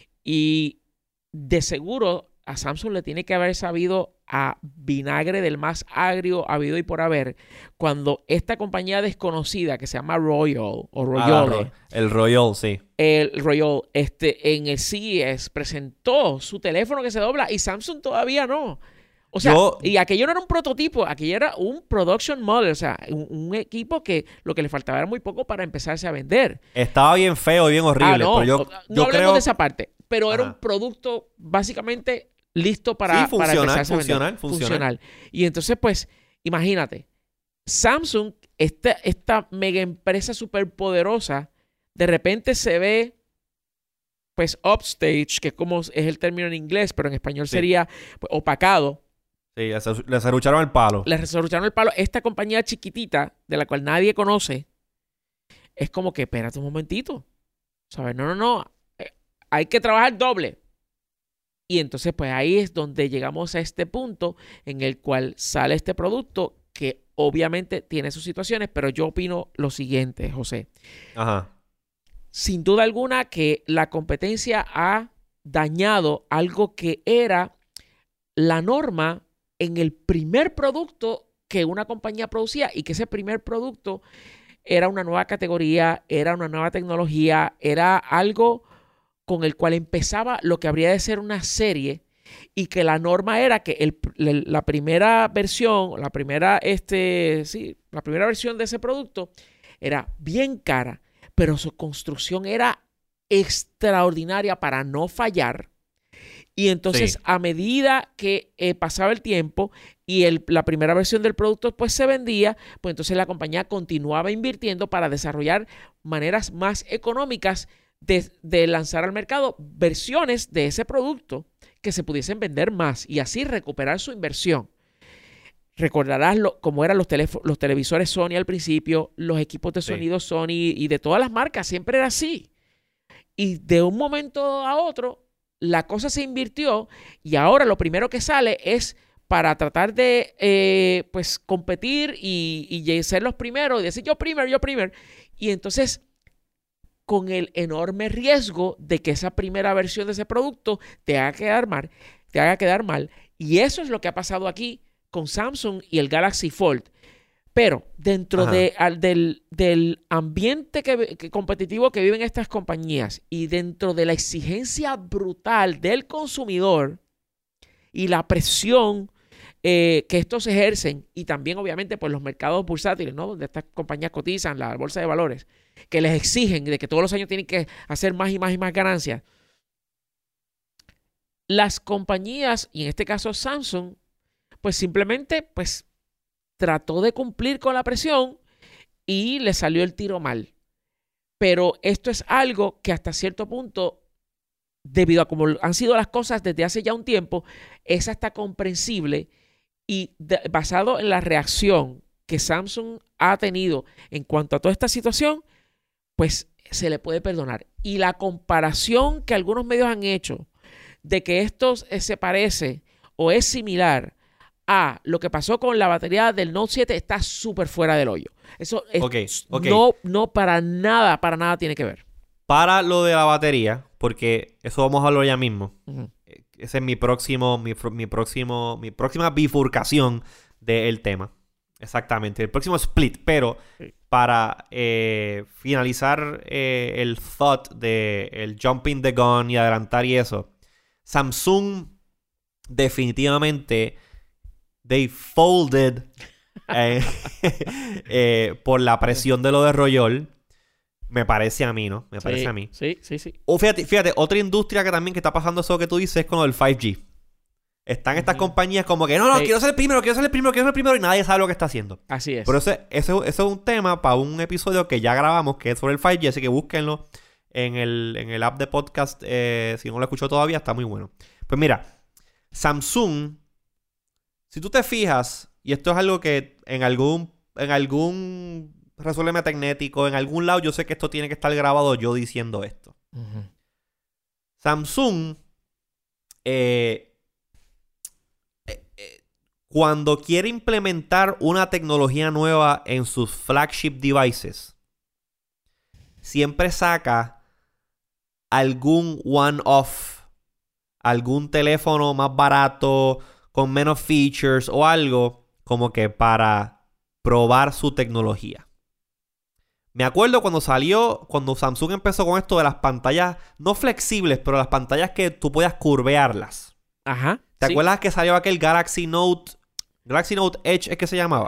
Y de seguro a Samsung le tiene que haber sabido a vinagre del más agrio habido y por haber cuando esta compañía desconocida que se llama Royole o Royole, el Royole, sí. El Royole, en el CES presentó su teléfono que se dobla y Samsung todavía no. O sea, y aquello no era un prototipo, aquello era un production model, o sea, un equipo que lo que le faltaba era muy poco para empezarse a vender. Estaba bien feo y bien horrible. No, pero no hablemos de esa parte, pero era un producto básicamente listo para empezarse a vender. Funcional. Y entonces, pues, imagínate, Samsung, esta mega empresa súper poderosa, de repente se ve, pues, upstage, que es como es el término en inglés, pero en español sería pues, opacado. Sí, le serrucharon el palo. Esta compañía chiquitita, de la cual nadie conoce, es como que, espérate un momentito. ¿Sabes? No. Hay que trabajar doble. Y entonces, pues, ahí es donde llegamos a este punto en el cual sale este producto que obviamente tiene sus situaciones, pero yo opino lo siguiente, José. Ajá. Sin duda alguna que la competencia ha dañado algo que era la norma en el primer producto que una compañía producía y que ese primer producto era una nueva categoría, era una nueva tecnología, era algo con el cual empezaba lo que habría de ser una serie y que la norma era que la primera versión, la primera versión de ese producto era bien cara, pero su construcción era extraordinaria para no fallar. Y entonces, a medida que pasaba el tiempo y la primera versión del producto pues se vendía, pues entonces la compañía continuaba invirtiendo para desarrollar maneras más económicas de lanzar al mercado versiones de ese producto que se pudiesen vender más y así recuperar su inversión. Recordarás cómo eran los televisores Sony al principio, los equipos de sonido Sony y de todas las marcas, siempre era así. Y de un momento a otro, la cosa se invirtió y ahora lo primero que sale es para tratar de pues competir y ser los primeros y decir yo primer. Y entonces, con el enorme riesgo de que esa primera versión de ese producto te haga quedar mal. Y eso es lo que ha pasado aquí con Samsung y el Galaxy Fold. Pero dentro del ambiente competitivo que viven estas compañías y dentro de la exigencia brutal del consumidor y la presión que estos ejercen, y también obviamente pues los mercados bursátiles, ¿no? Donde estas compañías cotizan, la bolsa de valores, que les exigen de que todos los años tienen que hacer más y más y más ganancias. Las compañías, y en este caso Samsung, pues simplemente pues trató de cumplir con la presión y le salió el tiro mal. Pero esto es algo que hasta cierto punto, debido a cómo han sido las cosas desde hace ya un tiempo, es hasta comprensible y basado en la reacción que Samsung ha tenido en cuanto a toda esta situación, pues se le puede perdonar. Y la comparación que algunos medios han hecho de que esto se parece o es similar a lo que pasó con la batería del Note 7 está súper fuera del hoyo. Eso es, okay. No para nada tiene que ver. Para lo de la batería, porque eso vamos a hablar ya mismo. Uh-huh. Ese es mi próxima bifurcación del tema. Exactamente, el próximo split. Pero para finalizar el thought de el jumping the gun y adelantar y eso, Samsung definitivamente they folded por la presión de lo de Royol. Me parece a mí, ¿no? Me parece a mí. Sí. O fíjate, otra industria que también que está pasando eso que tú dices es con el 5G. Están estas compañías como que, no, quiero ser el primero, y nadie sabe lo que está haciendo. Así es. Pero ese es un tema para un episodio que ya grabamos, que es sobre el 5G, así que búsquenlo en el app de podcast. Si no lo escuchó todavía, está muy bueno. Pues mira, Samsung, si tú te fijas, y esto es algo que en algún resuélveme tecnético, en algún lado yo sé que esto tiene que estar grabado yo diciendo esto. Uh-huh. Samsung, cuando quiere implementar una tecnología nueva en sus flagship devices, siempre saca algún one-off, algún teléfono más barato, con menos features o algo como que para probar su tecnología. Me acuerdo cuando Samsung empezó con esto de las pantallas, no flexibles, pero las pantallas que tú podías curvearlas. Ajá. ¿Te acuerdas que salió aquel Galaxy Note Edge es que se llamaba?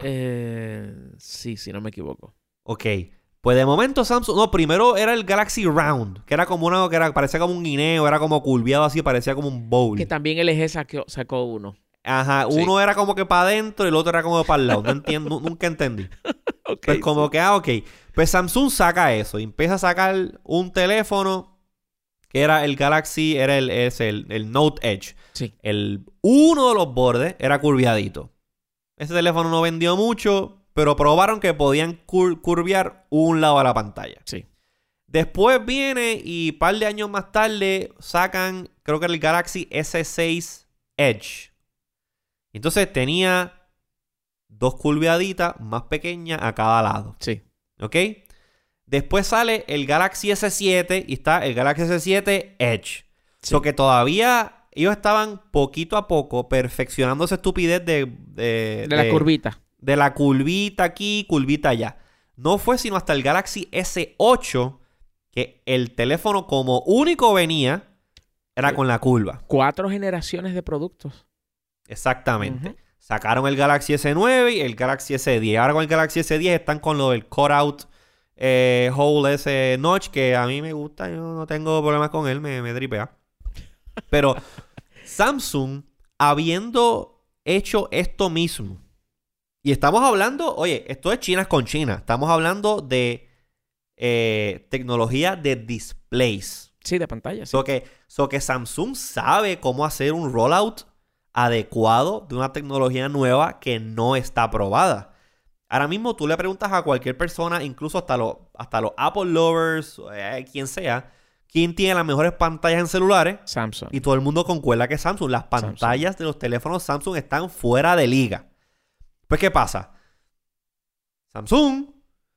Sí, si no me equivoco. Ok. Pues de momento Samsung... No, primero era el Galaxy Round, que era como parecía como un guineo, era como curviado así, parecía como un bowl. Que también LG sacó uno. Ajá, uno era como que para adentro y el otro era como para el lado. No entiendo, nunca entendí. Pues como que, ok. Pues Samsung saca eso y empieza a sacar un teléfono que era el Galaxy, era el Note Edge. Sí. Uno de los bordes era curviadito. Ese teléfono no vendió mucho, pero probaron que podían curvear un lado de la pantalla. Sí. Después viene y un par de años más tarde sacan, creo que era el Galaxy S6 Edge. Entonces tenía dos curveaditas más pequeñas a cada lado. Sí. ¿Ok? Después sale el Galaxy S7 y está el Galaxy S7 Edge. Sí. So que todavía ellos estaban poquito a poco perfeccionando esa estupidez de la curvita. De la curvita aquí, curvita allá. No fue sino hasta el Galaxy S8 que el teléfono como único venía era con la curva. 4 generaciones de productos. Exactamente. Uh-huh. Sacaron el Galaxy S9 y el Galaxy S10. Ahora con el Galaxy S10 están con lo del cutout hole ese notch que a mí me gusta. Yo no tengo problemas con él. Me dripea. Pero Samsung, habiendo hecho esto mismo, y estamos hablando, oye, esto es China con China. Estamos hablando de tecnología de displays. Sí, de pantallas. So que Samsung sabe cómo hacer un rollout adecuado de una tecnología nueva que no está aprobada. Ahora mismo tú le preguntas a cualquier persona, incluso hasta los Apple lovers, quien sea, ¿quién tiene las mejores pantallas en celulares? Samsung. Y todo el mundo concuerda que Samsung. Las pantallas de los teléfonos Samsung están fuera de liga. Pues, ¿qué pasa? Samsung,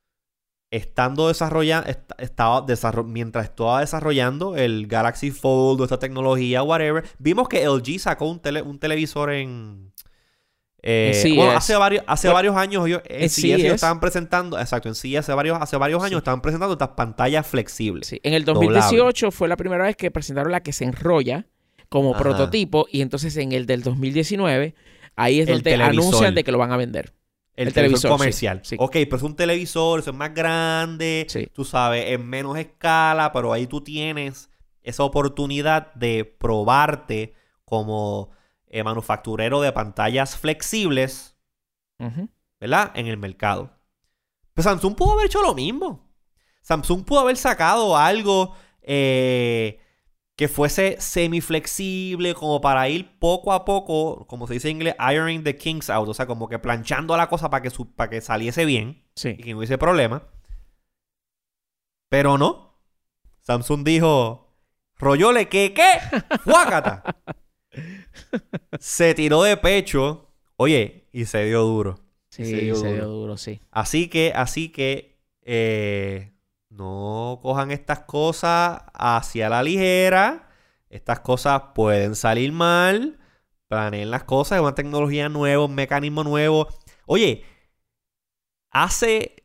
mientras estaba desarrollando el Galaxy Fold o esta tecnología, whatever, vimos que LG sacó un televisor Bueno, hace varios años ellos estaban presentando, exacto, en sí hace varios años estaban presentando estas pantallas flexibles. Sí, en el 2018 fue la primera vez que presentaron la que se enrolla como prototipo, y entonces en el del 2019 ahí es donde anuncian de que lo van a vender. El televisor comercial. Sí. Ok, pero es un televisor, eso es más grande, tú sabes, en menos escala, pero ahí tú tienes esa oportunidad de probarte como manufacturero de pantallas flexibles, ¿verdad? En el mercado. Pero Samsung pudo haber hecho lo mismo. Samsung pudo haber sacado algo que fuese semiflexible, como para ir poco a poco, como se dice en inglés, ironing the kinks out. O sea, como que planchando la cosa para que saliese bien y que no hubiese problema. Pero no. Samsung dijo, rollole, ¿qué? ¡Fuácata! Se tiró de pecho, oye, y se dio duro. Sí, se dio duro, sí. Así que no cojan estas cosas hacia la ligera. Estas cosas pueden salir mal. Planeen las cosas, es una tecnología nueva, un mecanismo nuevo. Oye, hace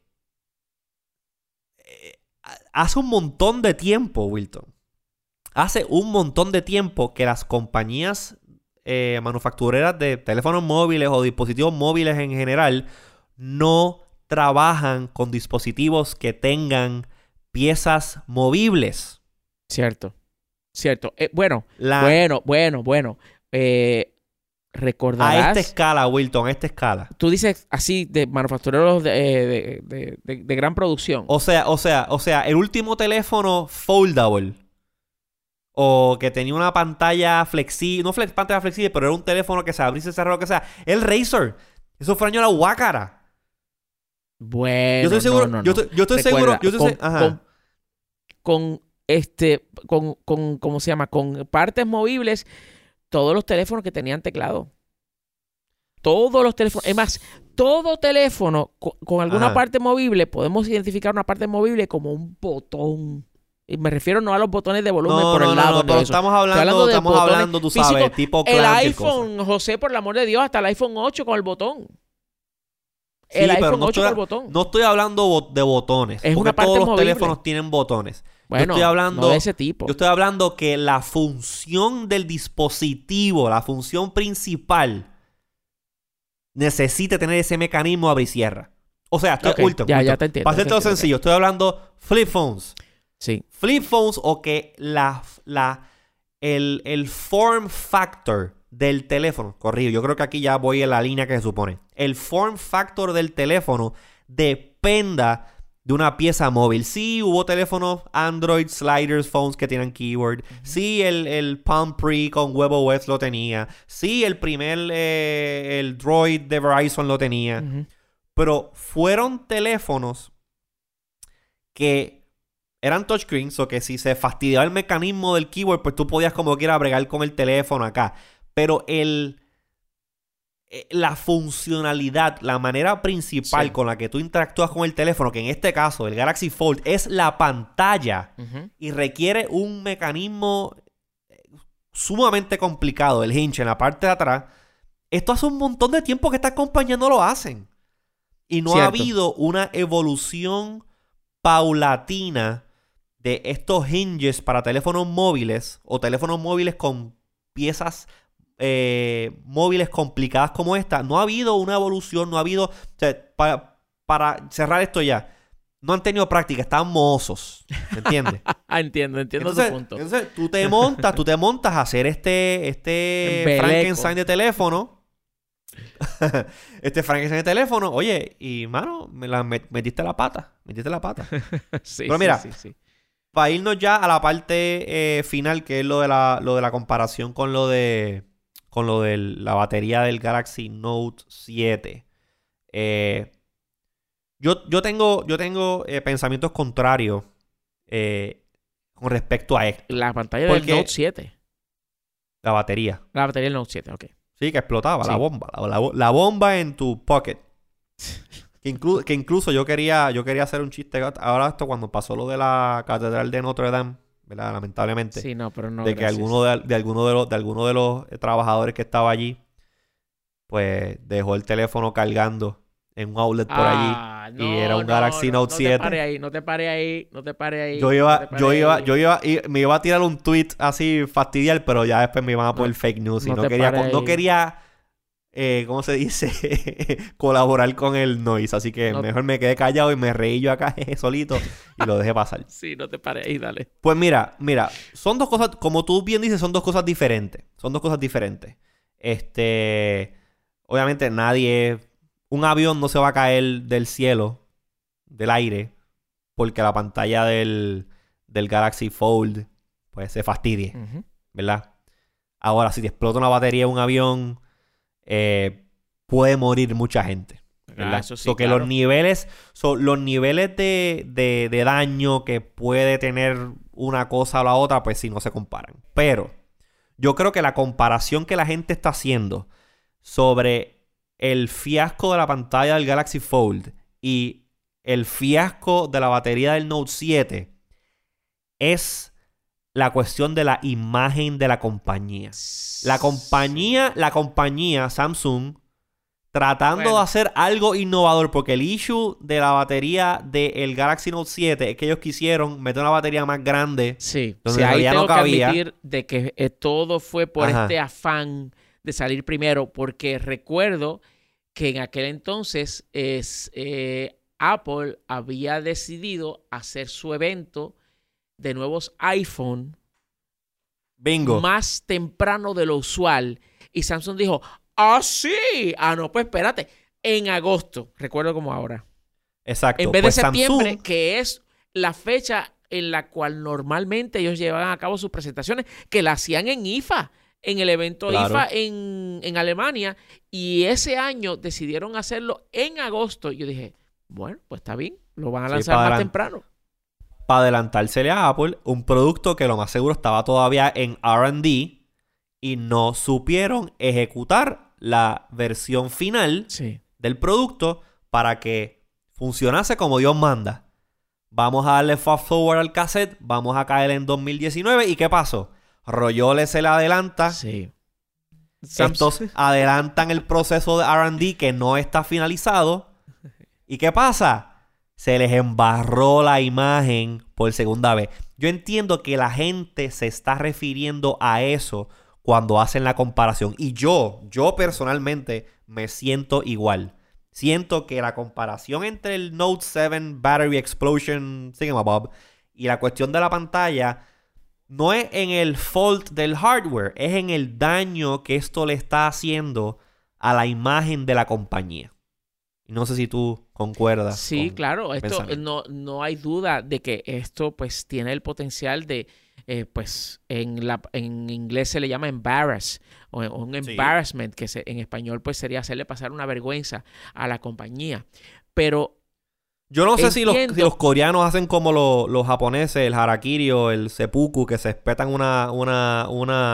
un montón de tiempo, Wilton. Hace un montón de tiempo que las compañías manufactureras de teléfonos móviles o dispositivos móviles en general no trabajan con dispositivos que tengan piezas movibles. Cierto. Recordarás... A esta escala, Wilton, a esta escala. Tú dices así de manufactureros de gran producción. O sea, el último teléfono foldable, o que tenía una pantalla flexible, no pantalla flexible, pero era un teléfono que se abría y se cerraba, lo que sea. El Razr. Eso fue año la guácara. Bueno, yo estoy seguro. No. Yo estoy seguro. ¿Cómo se llama? Con partes movibles, todos los teléfonos que tenían teclado. Todos los teléfonos. Es más, todo teléfono con alguna parte movible, podemos identificar una parte movible como un botón. Y me refiero no a los botones de volumen por el lado. No, pero estamos hablando, tú sabes, físico, tipo el iPhone, José, por el amor de Dios, hasta el iPhone 8 con el botón. Sí, el iPhone 8 con el botón. No estoy hablando de botones. Es porque una parte todos los movible. teléfonos tienen botones. Bueno, yo estoy hablando, no de ese tipo. Yo estoy hablando que la función del dispositivo, la función principal, necesita tener ese mecanismo abre y cierra. O sea, ya te entiendo. Para hacerte sencillo, estoy hablando flip phones. Sí. Flip phones, o que el form factor del teléfono, corrijo, yo creo que aquí ya voy en la línea que se supone. El form factor del teléfono dependa de una pieza móvil. Sí, hubo teléfonos Android sliders phones que tienen keyboard. Sí, el Palm Pre con WebOS lo tenía. Sí, el primer el Droid de Verizon lo tenía. Pero fueron teléfonos que eran touchscreens, o que si se fastidiaba el mecanismo del keyboard, pues tú podías como quiera bregar con el teléfono acá. Pero la funcionalidad, la manera principal con la que tú interactúas con el teléfono, que en este caso el Galaxy Fold es la pantalla, y requiere un mecanismo sumamente complicado, el hinge en la parte de atrás. Esto hace un montón de tiempo que estas compañías no lo hacen. Y no ha habido una evolución paulatina de estos hinges para teléfonos móviles, o teléfonos móviles con piezas móviles complicadas como esta. No ha habido una evolución, no ha habido... O sea, para cerrar esto ya, no han tenido práctica, están mozos, ¿entiendes? Entiendo tu punto. Entonces tú te montas a hacer este Frankenstein de teléfono. Frankenstein de teléfono, oye, y mano, metiste la pata. Sí, pero mira, sí. Para irnos ya a la parte final, que es lo de la comparación con lo de la batería del Galaxy Note 7. Yo tengo pensamientos contrarios con respecto a esto. La pantalla del Note 7. La batería. La batería del Note 7, ok. Sí, que explotaba, sí. La bomba. La bomba en tu pocket. Que incluso yo quería hacer un chiste ahora esto cuando pasó lo de la Catedral de Notre Dame, ¿verdad? Lamentablemente. Sí, no, pero no. De que alguno de los trabajadores que estaba allí pues dejó el teléfono cargando en un outlet por allí. Y era un Galaxy Note 7. No te pare ahí. Yo me iba a tirar un tweet así fastidiar, pero ya después me iban a poner fake news. Y no quería ¿cómo se dice? Colaborar con el noise. Así que mejor me quedé callado y me reí yo acá solito y lo dejé pasar. Sí, no te pares ahí, dale. Pues mira, son dos cosas, como tú bien dices, son dos cosas diferentes. Obviamente un avión no se va a caer del cielo, del aire, porque la pantalla del Galaxy Fold pues se fastidie, ¿verdad? Ahora, si te explota una batería en un avión, puede morir mucha gente, ¿verdad? Eso sí, que los niveles de daño que puede tener una cosa o la otra, pues sí, no se comparan. Pero yo creo que la comparación que la gente está haciendo sobre el fiasco de la pantalla del Galaxy Fold y el fiasco de la batería del Note 7 es la cuestión de la imagen de la compañía. La compañía Samsung, tratando de hacer algo innovador, porque el issue de la batería del Galaxy Note 7 es que ellos quisieron meter una batería más grande. Sí, donde ahí ya tengo no cabía. que admitir de que todo fue por este afán de salir primero, porque recuerdo que en aquel entonces Apple había decidido hacer su evento de nuevos iPhone más temprano de lo usual. Y Samsung dijo, sí, no, pues espérate, en agosto, recuerdo como ahora. Exacto. En vez de septiembre, Samsung, que es la fecha en la cual normalmente ellos llevaban a cabo sus presentaciones, que la hacían en IFA, en el evento IFA en Alemania, y ese año decidieron hacerlo en agosto. Yo dije, bueno, pues está bien, lo van a lanzar más temprano. Para adelantársele a Apple, un producto que lo más seguro estaba todavía en R&D y no supieron ejecutar la versión final del producto para que funcionase como Dios manda. Vamos a darle fast forward al cassette, vamos a caer en 2019. ¿Y qué pasó? Rollole se le adelanta. Sí. Estos adelantan el proceso de R&D que no está finalizado. ¿Y qué pasa? Se les embarró la imagen por segunda vez. Yo entiendo que la gente se está refiriendo a eso cuando hacen la comparación. Y yo personalmente me siento igual. Siento que la comparación entre el Note 7 Battery Explosion Thingamabob y la cuestión de la pantalla no es en el fault del hardware, es en el daño que esto le está haciendo a la imagen de la compañía. No sé si tú concuerdas. Sí, claro. Esto no hay duda de que esto pues tiene el potencial de pues en inglés se le llama embarrass o un embarrassment, que en español pues sería hacerle pasar una vergüenza a la compañía. Pero yo no sé si los coreanos hacen como los japoneses, el harakiri o el seppuku, que se espetan una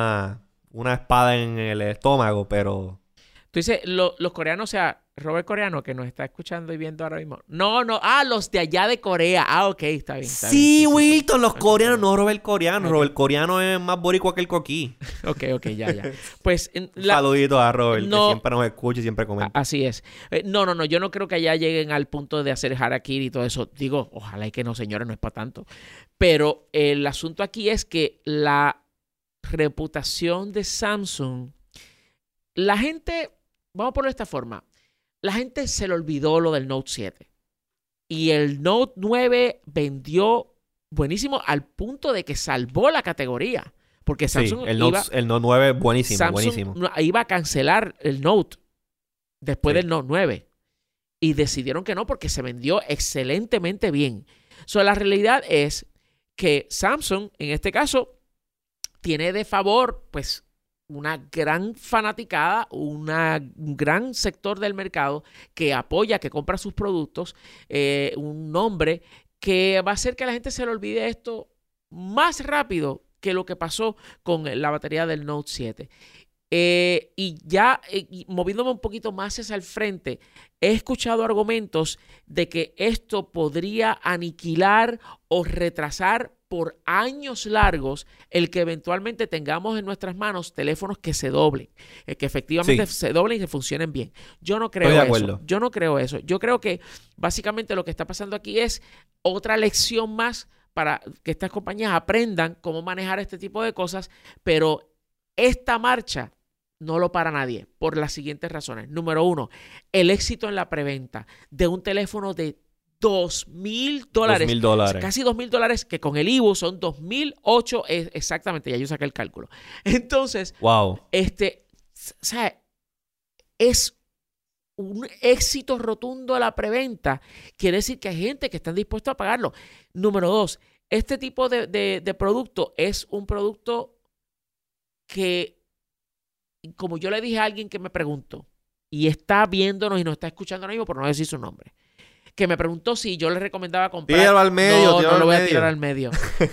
espada en el estómago, pero... Tú dices, los coreanos, o sea, Robert Coreano, que nos está escuchando y viendo ahora mismo. No, los de allá de Corea. Ok, está bien. Sí, Wilton, los coreanos, no Robert Coreano. Okay. Robert Coreano es más boricua que el coquí. Ok, ya. Pues, un saludito a Robert, que siempre nos escucha y siempre comenta. Así es. No, yo no creo que allá lleguen al punto de hacer harakiri y todo eso. Digo, ojalá y que no, señores, no es para tanto. Pero el asunto aquí es que la reputación de Samsung, la gente... Vamos a ponerlo de esta forma. La gente se le olvidó lo del Note 7. Y el Note 9 vendió buenísimo al punto de que salvó la categoría. Porque Samsung el Note 9 buenísimo, Samsung iba a cancelar el Note después del Note 9. Y decidieron que no porque se vendió excelentemente bien. La realidad es que Samsung, en este caso, tiene de favor, pues, una gran fanaticada, un gran sector del mercado que apoya, que compra sus productos, un nombre que va a hacer que la gente se le olvide esto más rápido que lo que pasó con la batería del Note 7. Y ya moviéndome un poquito más hacia el frente, he escuchado argumentos de que esto podría aniquilar o retrasar por años largos el que eventualmente tengamos en nuestras manos teléfonos que se doblen, que efectivamente se doblen y que funcionen bien. Yo no creo eso. Yo no creo eso. Yo creo que básicamente lo que está pasando aquí es otra lección más para que estas compañías aprendan cómo manejar este tipo de cosas, pero esta marcha no lo para nadie por las siguientes razones. Número 1, el éxito en la preventa de un teléfono de $2,000. $2,000. Casi $2,000, que con el IBU son 2,008 exactamente. Ya yo saqué el cálculo. Entonces, wow. O sea, es un éxito rotundo la preventa. Quiere decir que hay gente que está dispuesta a pagarlo. Número 2, este tipo de producto es un producto que, como yo le dije a alguien que me preguntó, y está viéndonos y nos está escuchando ahora mismo, por no decir su nombre, que me preguntó si yo le recomendaba comprar. Tíralo al medio. No lo voy a tirar al medio.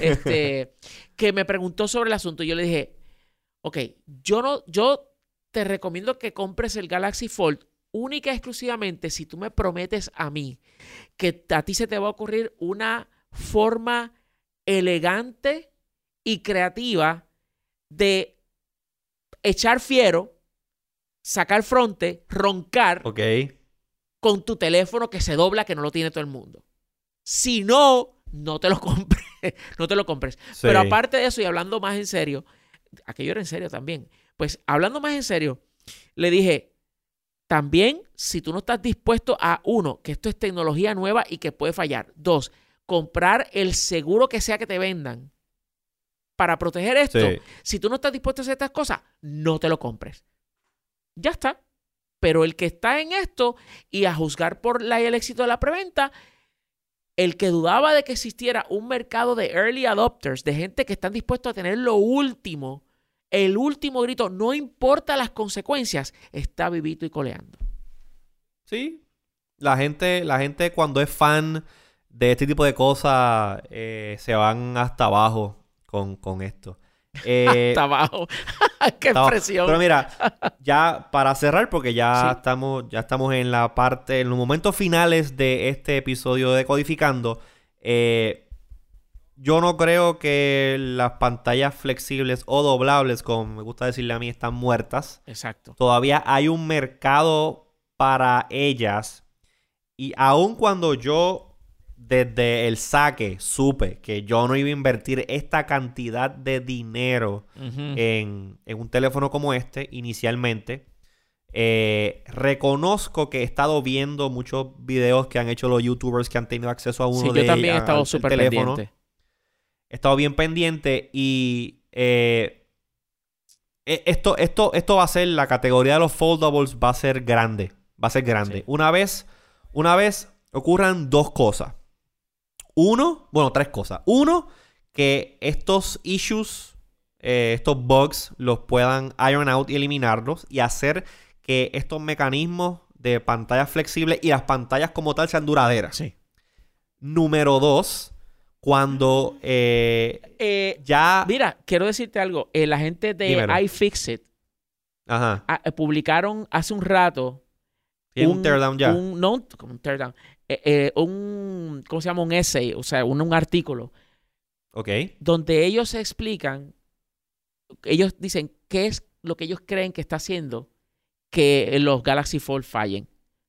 Que me preguntó sobre el asunto. Yo le dije, ok, yo te recomiendo que compres el Galaxy Fold única y exclusivamente si tú me prometes a mí que a ti se te va a ocurrir una forma elegante y creativa de echar fiero, sacar fronte, roncar con tu teléfono que se dobla, que no lo tiene todo el mundo. Si no, no te lo compres. No te lo compres. Sí. Pero aparte de eso, y hablando más en serio, aquello era en serio también, pues hablando más en serio, le dije, también si tú no estás dispuesto a, 1, que esto es tecnología nueva y que puede fallar. 2, comprar el seguro que sea que te vendan para proteger esto. Sí. Si tú no estás dispuesto a hacer estas cosas, no te lo compres. Ya está. Pero el que está en esto, y a juzgar por el éxito de la preventa, el que dudaba de que existiera un mercado de early adopters, de gente que están dispuestos a tener lo último, el último grito, no importa las consecuencias, está vivito y coleando. Sí. La gente cuando es fan de este tipo de cosas se van hasta abajo con esto. Hasta abajo. ¡Qué expresión! Pero mira, ya para cerrar, porque ya estamos en la parte, en los momentos finales de este episodio de Codificando. Yo no creo que las pantallas flexibles o doblables, como me gusta decirle a mí, están muertas. Exacto. Todavía hay un mercado para ellas. Y aun cuando yo desde el saque supe que yo no iba a invertir esta cantidad de dinero en un teléfono como este inicialmente, reconozco que he estado viendo muchos videos que han hecho los youtubers que han tenido acceso a uno de ellos. Sí, yo también he estado súper pendiente. He estado bien pendiente y esto va a ser, la categoría de los foldables va a ser grande. Va a ser grande. Sí. Una vez ocurran dos cosas. Tres cosas. Uno, que estos issues, estos bugs, los puedan iron out y eliminarlos y hacer que estos mecanismos de pantallas flexibles y las pantallas como tal sean duraderas. Sí. Número 2, cuando ya... Mira, quiero decirte algo. La gente de iFixit publicaron hace un rato un teardown ya. Un teardown. ¿Cómo se llama? Un essay, o sea, un artículo. Ok. Donde ellos explican, ellos dicen qué es lo que ellos creen que está haciendo que los Galaxy Fold fallen.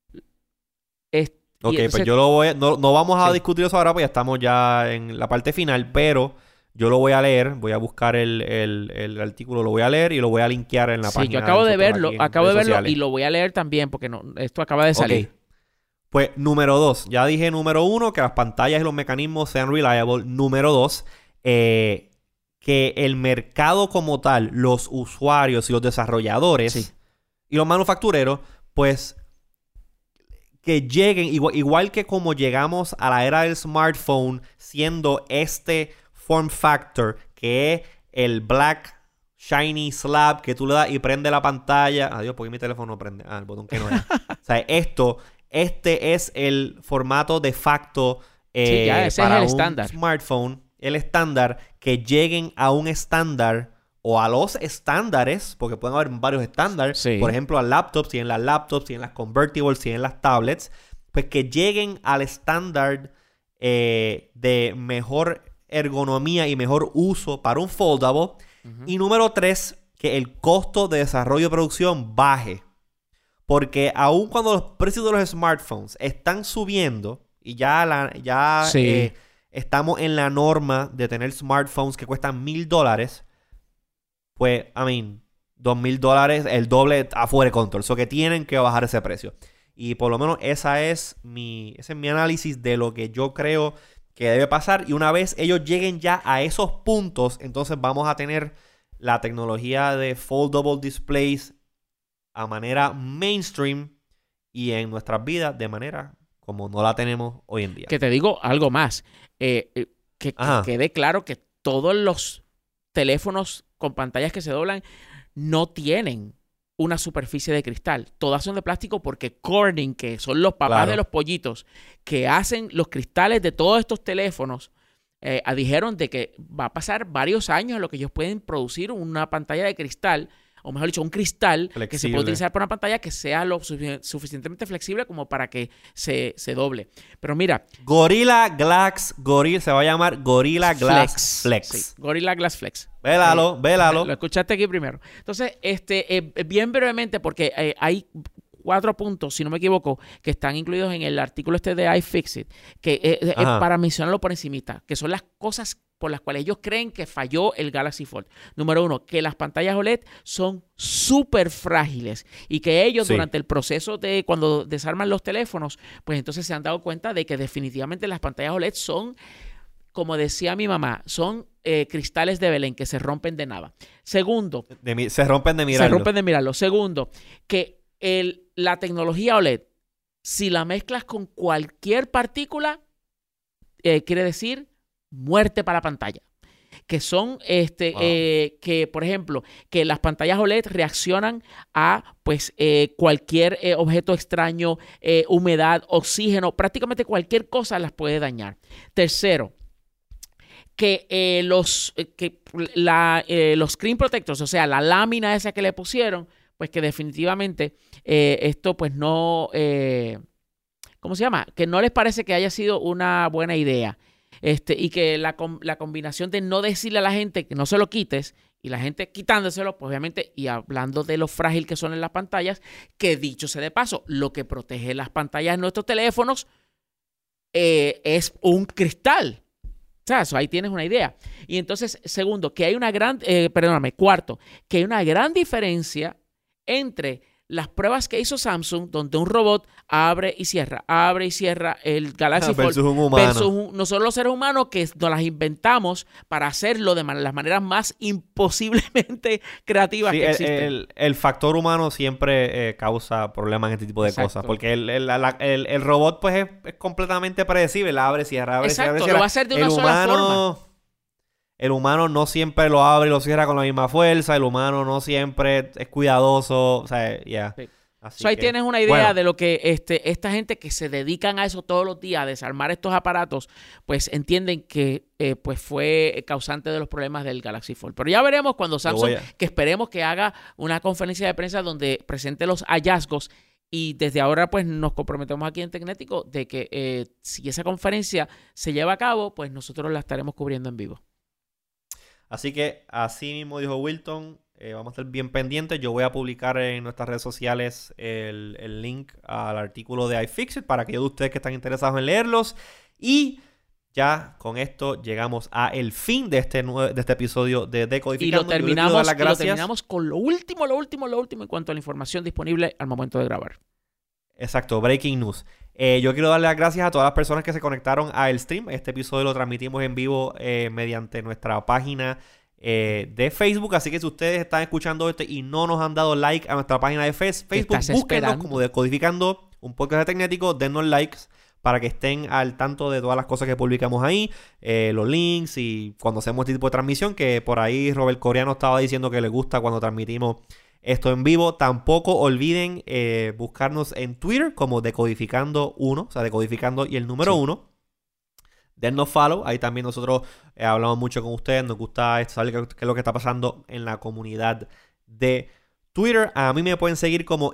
Pues yo lo voy no vamos a discutir eso ahora, pues ya estamos ya en la parte final, pero yo lo voy a leer, voy a buscar el artículo, lo voy a leer y lo voy a linkear en la página. Sí, yo acabo de verlo y lo voy a leer también porque esto acaba de salir. Okay. Pues número 2, ya dije número 1, que las pantallas y los mecanismos sean reliable. Número 2, que el mercado como tal, los usuarios y los desarrolladores y los manufactureros, pues que lleguen, igual que como llegamos a la era del smartphone, siendo este form factor, que es el black shiny slab que tú le das y prende la pantalla. Adiós, porque mi teléfono no prende. El botón que no es. O sea, este es el formato de facto para es un smartphone. El estándar, que lleguen a un estándar o a los estándares, porque pueden haber varios estándares. Sí. Por ejemplo, a laptops, si en las laptops, si en las convertibles, si en las tablets, pues que lleguen al estándar de mejor ergonomía y mejor uso para un foldable. Y número 3, que el costo de desarrollo y producción baje. Porque aun cuando los precios de los smartphones están subiendo y ya estamos en la norma de tener smartphones que cuestan $1,000, pues, $2,000, el doble afuera de control. So que tienen que bajar ese precio. Y por lo menos ese es mi análisis de lo que yo creo que debe pasar. Y una vez ellos lleguen ya a esos puntos, entonces vamos a tener la tecnología de foldable displays a manera mainstream y en nuestras vidas de manera como no la tenemos hoy en día. Que te digo algo más. Que quede claro que todos los teléfonos con pantallas que se doblan no tienen una superficie de cristal. Todas son de plástico porque Corning, que son los papás de los pollitos, que hacen los cristales de todos estos teléfonos, dijeron de que va a pasar varios años en lo que ellos pueden producir una pantalla de cristal, o mejor dicho, un cristal flexible, que se puede utilizar para una pantalla que sea lo suficientemente flexible como para que se doble. Pero mira... Gorilla Glass se va a llamar Gorilla Glass Flex. Sí, Gorilla Glass Flex. Vélalo. Lo escuchaste aquí primero. Entonces, bien brevemente, porque hay 4 puntos, si no me equivoco, que están incluidos en el artículo de iFixit, que es para mencionarlo por encimita, que son las cosas por las cuales ellos creen que falló el Galaxy Fold. Número 1, que las pantallas OLED son súper frágiles y que ellos durante el proceso de cuando desarman los teléfonos, pues entonces se han dado cuenta de que definitivamente las pantallas OLED son, como decía mi mamá, son cristales de Belén que se rompen de nada. Segundo, se rompen de mirarlo. Segundo, que la tecnología OLED, si la mezclas con cualquier partícula, quiere decir muerte para la pantalla. Que son, que por ejemplo, que las pantallas OLED reaccionan a pues cualquier objeto extraño, humedad, oxígeno, prácticamente cualquier cosa las puede dañar. Tercero, que los screen protectors, o sea, la lámina esa que le pusieron, pues que definitivamente esto pues no, ¿cómo se llama? Que no les parece que haya sido una buena idea. Y que la combinación de no decirle a la gente que no se lo quites y la gente quitándoselo, pues obviamente, y hablando de lo frágil que son en las pantallas, que dicho sea de paso, lo que protege las pantallas de nuestros teléfonos es un cristal. O sea, ahí tienes una idea. Y entonces, segundo, que hay una cuarto, que hay una gran diferencia entre las pruebas que hizo Samsung, donde un robot abre y cierra el Galaxy Fold, versus nosotros los seres humanos que nos las inventamos para hacerlo de las maneras más imposiblemente creativas que existen. El factor humano siempre causa problemas en este tipo de cosas, porque el robot pues es completamente predecible, abre, cierra, cierra. Lo va a hacer de una sola forma. El humano no siempre lo abre y lo cierra con la misma fuerza. El humano no siempre es cuidadoso. O sea, ya. Sí. Ahí tienes una idea de lo que esta gente que se dedican a eso todos los días, a desarmar estos aparatos, pues entienden que pues fue causante de los problemas del Galaxy Fold. Pero ya veremos cuando Samsung, que esperemos que haga una conferencia de prensa donde presente los hallazgos. Y desde ahora pues nos comprometemos aquí en Tecnético de que si esa conferencia se lleva a cabo, pues nosotros la estaremos cubriendo en vivo. Así que así mismo dijo Wilton, vamos a estar bien pendientes. Yo voy a publicar en nuestras redes sociales el link al artículo de iFixit para aquellos de ustedes que están interesados en leerlos. Y ya con esto llegamos a el fin de este episodio de Decodificando. Y lo terminamos con lo último en cuanto a la información disponible al momento de grabar. Exacto, breaking news. Yo quiero darle las gracias a todas las personas que se conectaron al stream. Este episodio lo transmitimos en vivo mediante nuestra página de Facebook. Así que si ustedes están escuchando esto y no nos han dado like a nuestra página de Facebook, búsquenos como Decodificando, un podcast de Tecnético, dennos likes para que estén al tanto de todas las cosas que publicamos ahí, los links y cuando hacemos este tipo de transmisión, que por ahí Robert Coreano estaba diciendo que le gusta cuando transmitimos esto en vivo. Tampoco olviden buscarnos en Twitter como Decodificando 1, o sea, Decodificando y el número 1. Dennos follow, ahí también nosotros hablamos mucho con ustedes, nos gusta saber qué es lo que está pasando en la comunidad de Twitter. A mí me pueden seguir como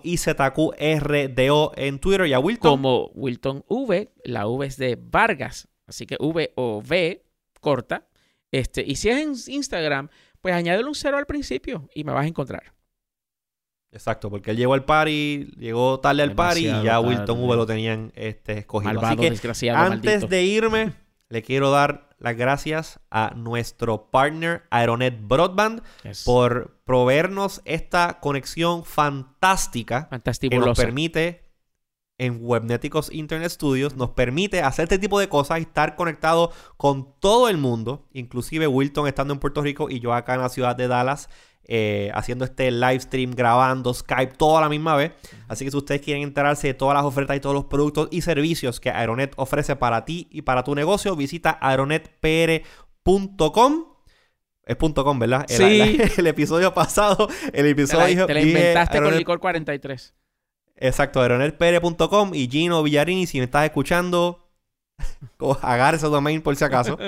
IZQRDO en Twitter y a Wilton como Wilton V, la V es de Vargas, así que V o V corta. Y si es en Instagram, pues añádele un 0 al principio y me vas a encontrar. Exacto, porque él llegó al party, llegó tarde al party y ya Wilton V lo tenían escogido. Malvado, así que desgraciado, antes maldito. de irme, le quiero dar las gracias a nuestro partner Aeronet Broadband por proveernos esta conexión fantástica que nos permite en Webneticos Internet Studios, nos permite hacer este tipo de cosas y estar conectado con todo el mundo, inclusive Wilton estando en Puerto Rico y yo acá en la ciudad de Dallas, haciendo este live stream, grabando Skype, todo a la misma vez. Así que si ustedes quieren enterarse de todas las ofertas y todos los productos y servicios que Aeronet ofrece para ti y para tu negocio, visita aeronetpr.com. Es .com, ¿verdad? Sí. El episodio pasado, te la inventaste con Licor 43. Exacto, aeronetpr.com. Y Gino Villarini, si me estás escuchando, agarre ese domain por si acaso.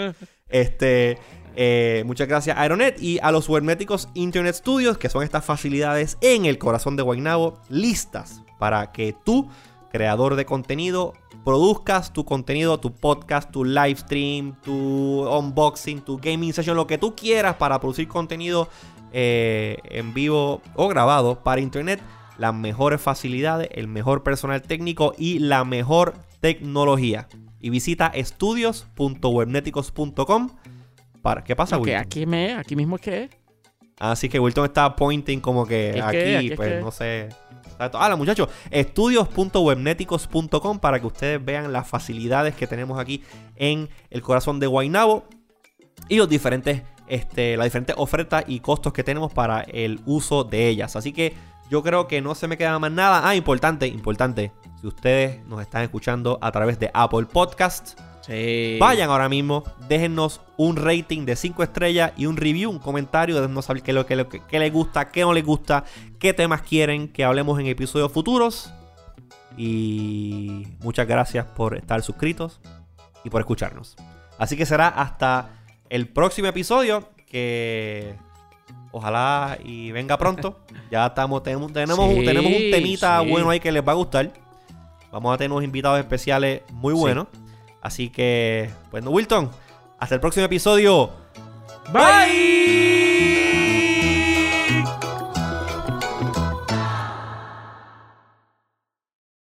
Muchas gracias a Aeronet y a los Webneticos Internet Studios, que son estas facilidades en el corazón de Guaynabo, listas para que tú, creador de contenido, produzcas tu contenido, tu podcast, tu live stream, tu unboxing, tu gaming session, lo que tú quieras para producir contenido en vivo o grabado para internet. Las mejores facilidades, el mejor personal técnico y la mejor tecnología. Y visita estudios.webneticos.com. ¿Qué pasa, Wilton? Aquí mismo es que es. Así que Wilton está pointing como que aquí pues no sé. Muchachos, estudios.webneticos.com para que ustedes vean las facilidades que tenemos aquí en el corazón de Guaynabo y los diferentes, las diferentes ofertas y costos que tenemos para el uso de ellas. Así que yo creo que no se me queda más nada. Importante. Si ustedes nos están escuchando a través de Apple Podcasts, vayan ahora mismo, déjennos un rating de 5 estrellas y un review, un comentario, déjennos saber qué les gusta, qué no les gusta, qué temas quieren que hablemos en episodios futuros. Y muchas gracias por estar suscritos y por escucharnos. Así que será hasta el próximo episodio, que ojalá y venga pronto. Ya tenemos un temita bueno ahí que les va a gustar. Vamos a tener unos invitados especiales muy buenos. Así que, bueno, Wilton, hasta el próximo episodio. Bye.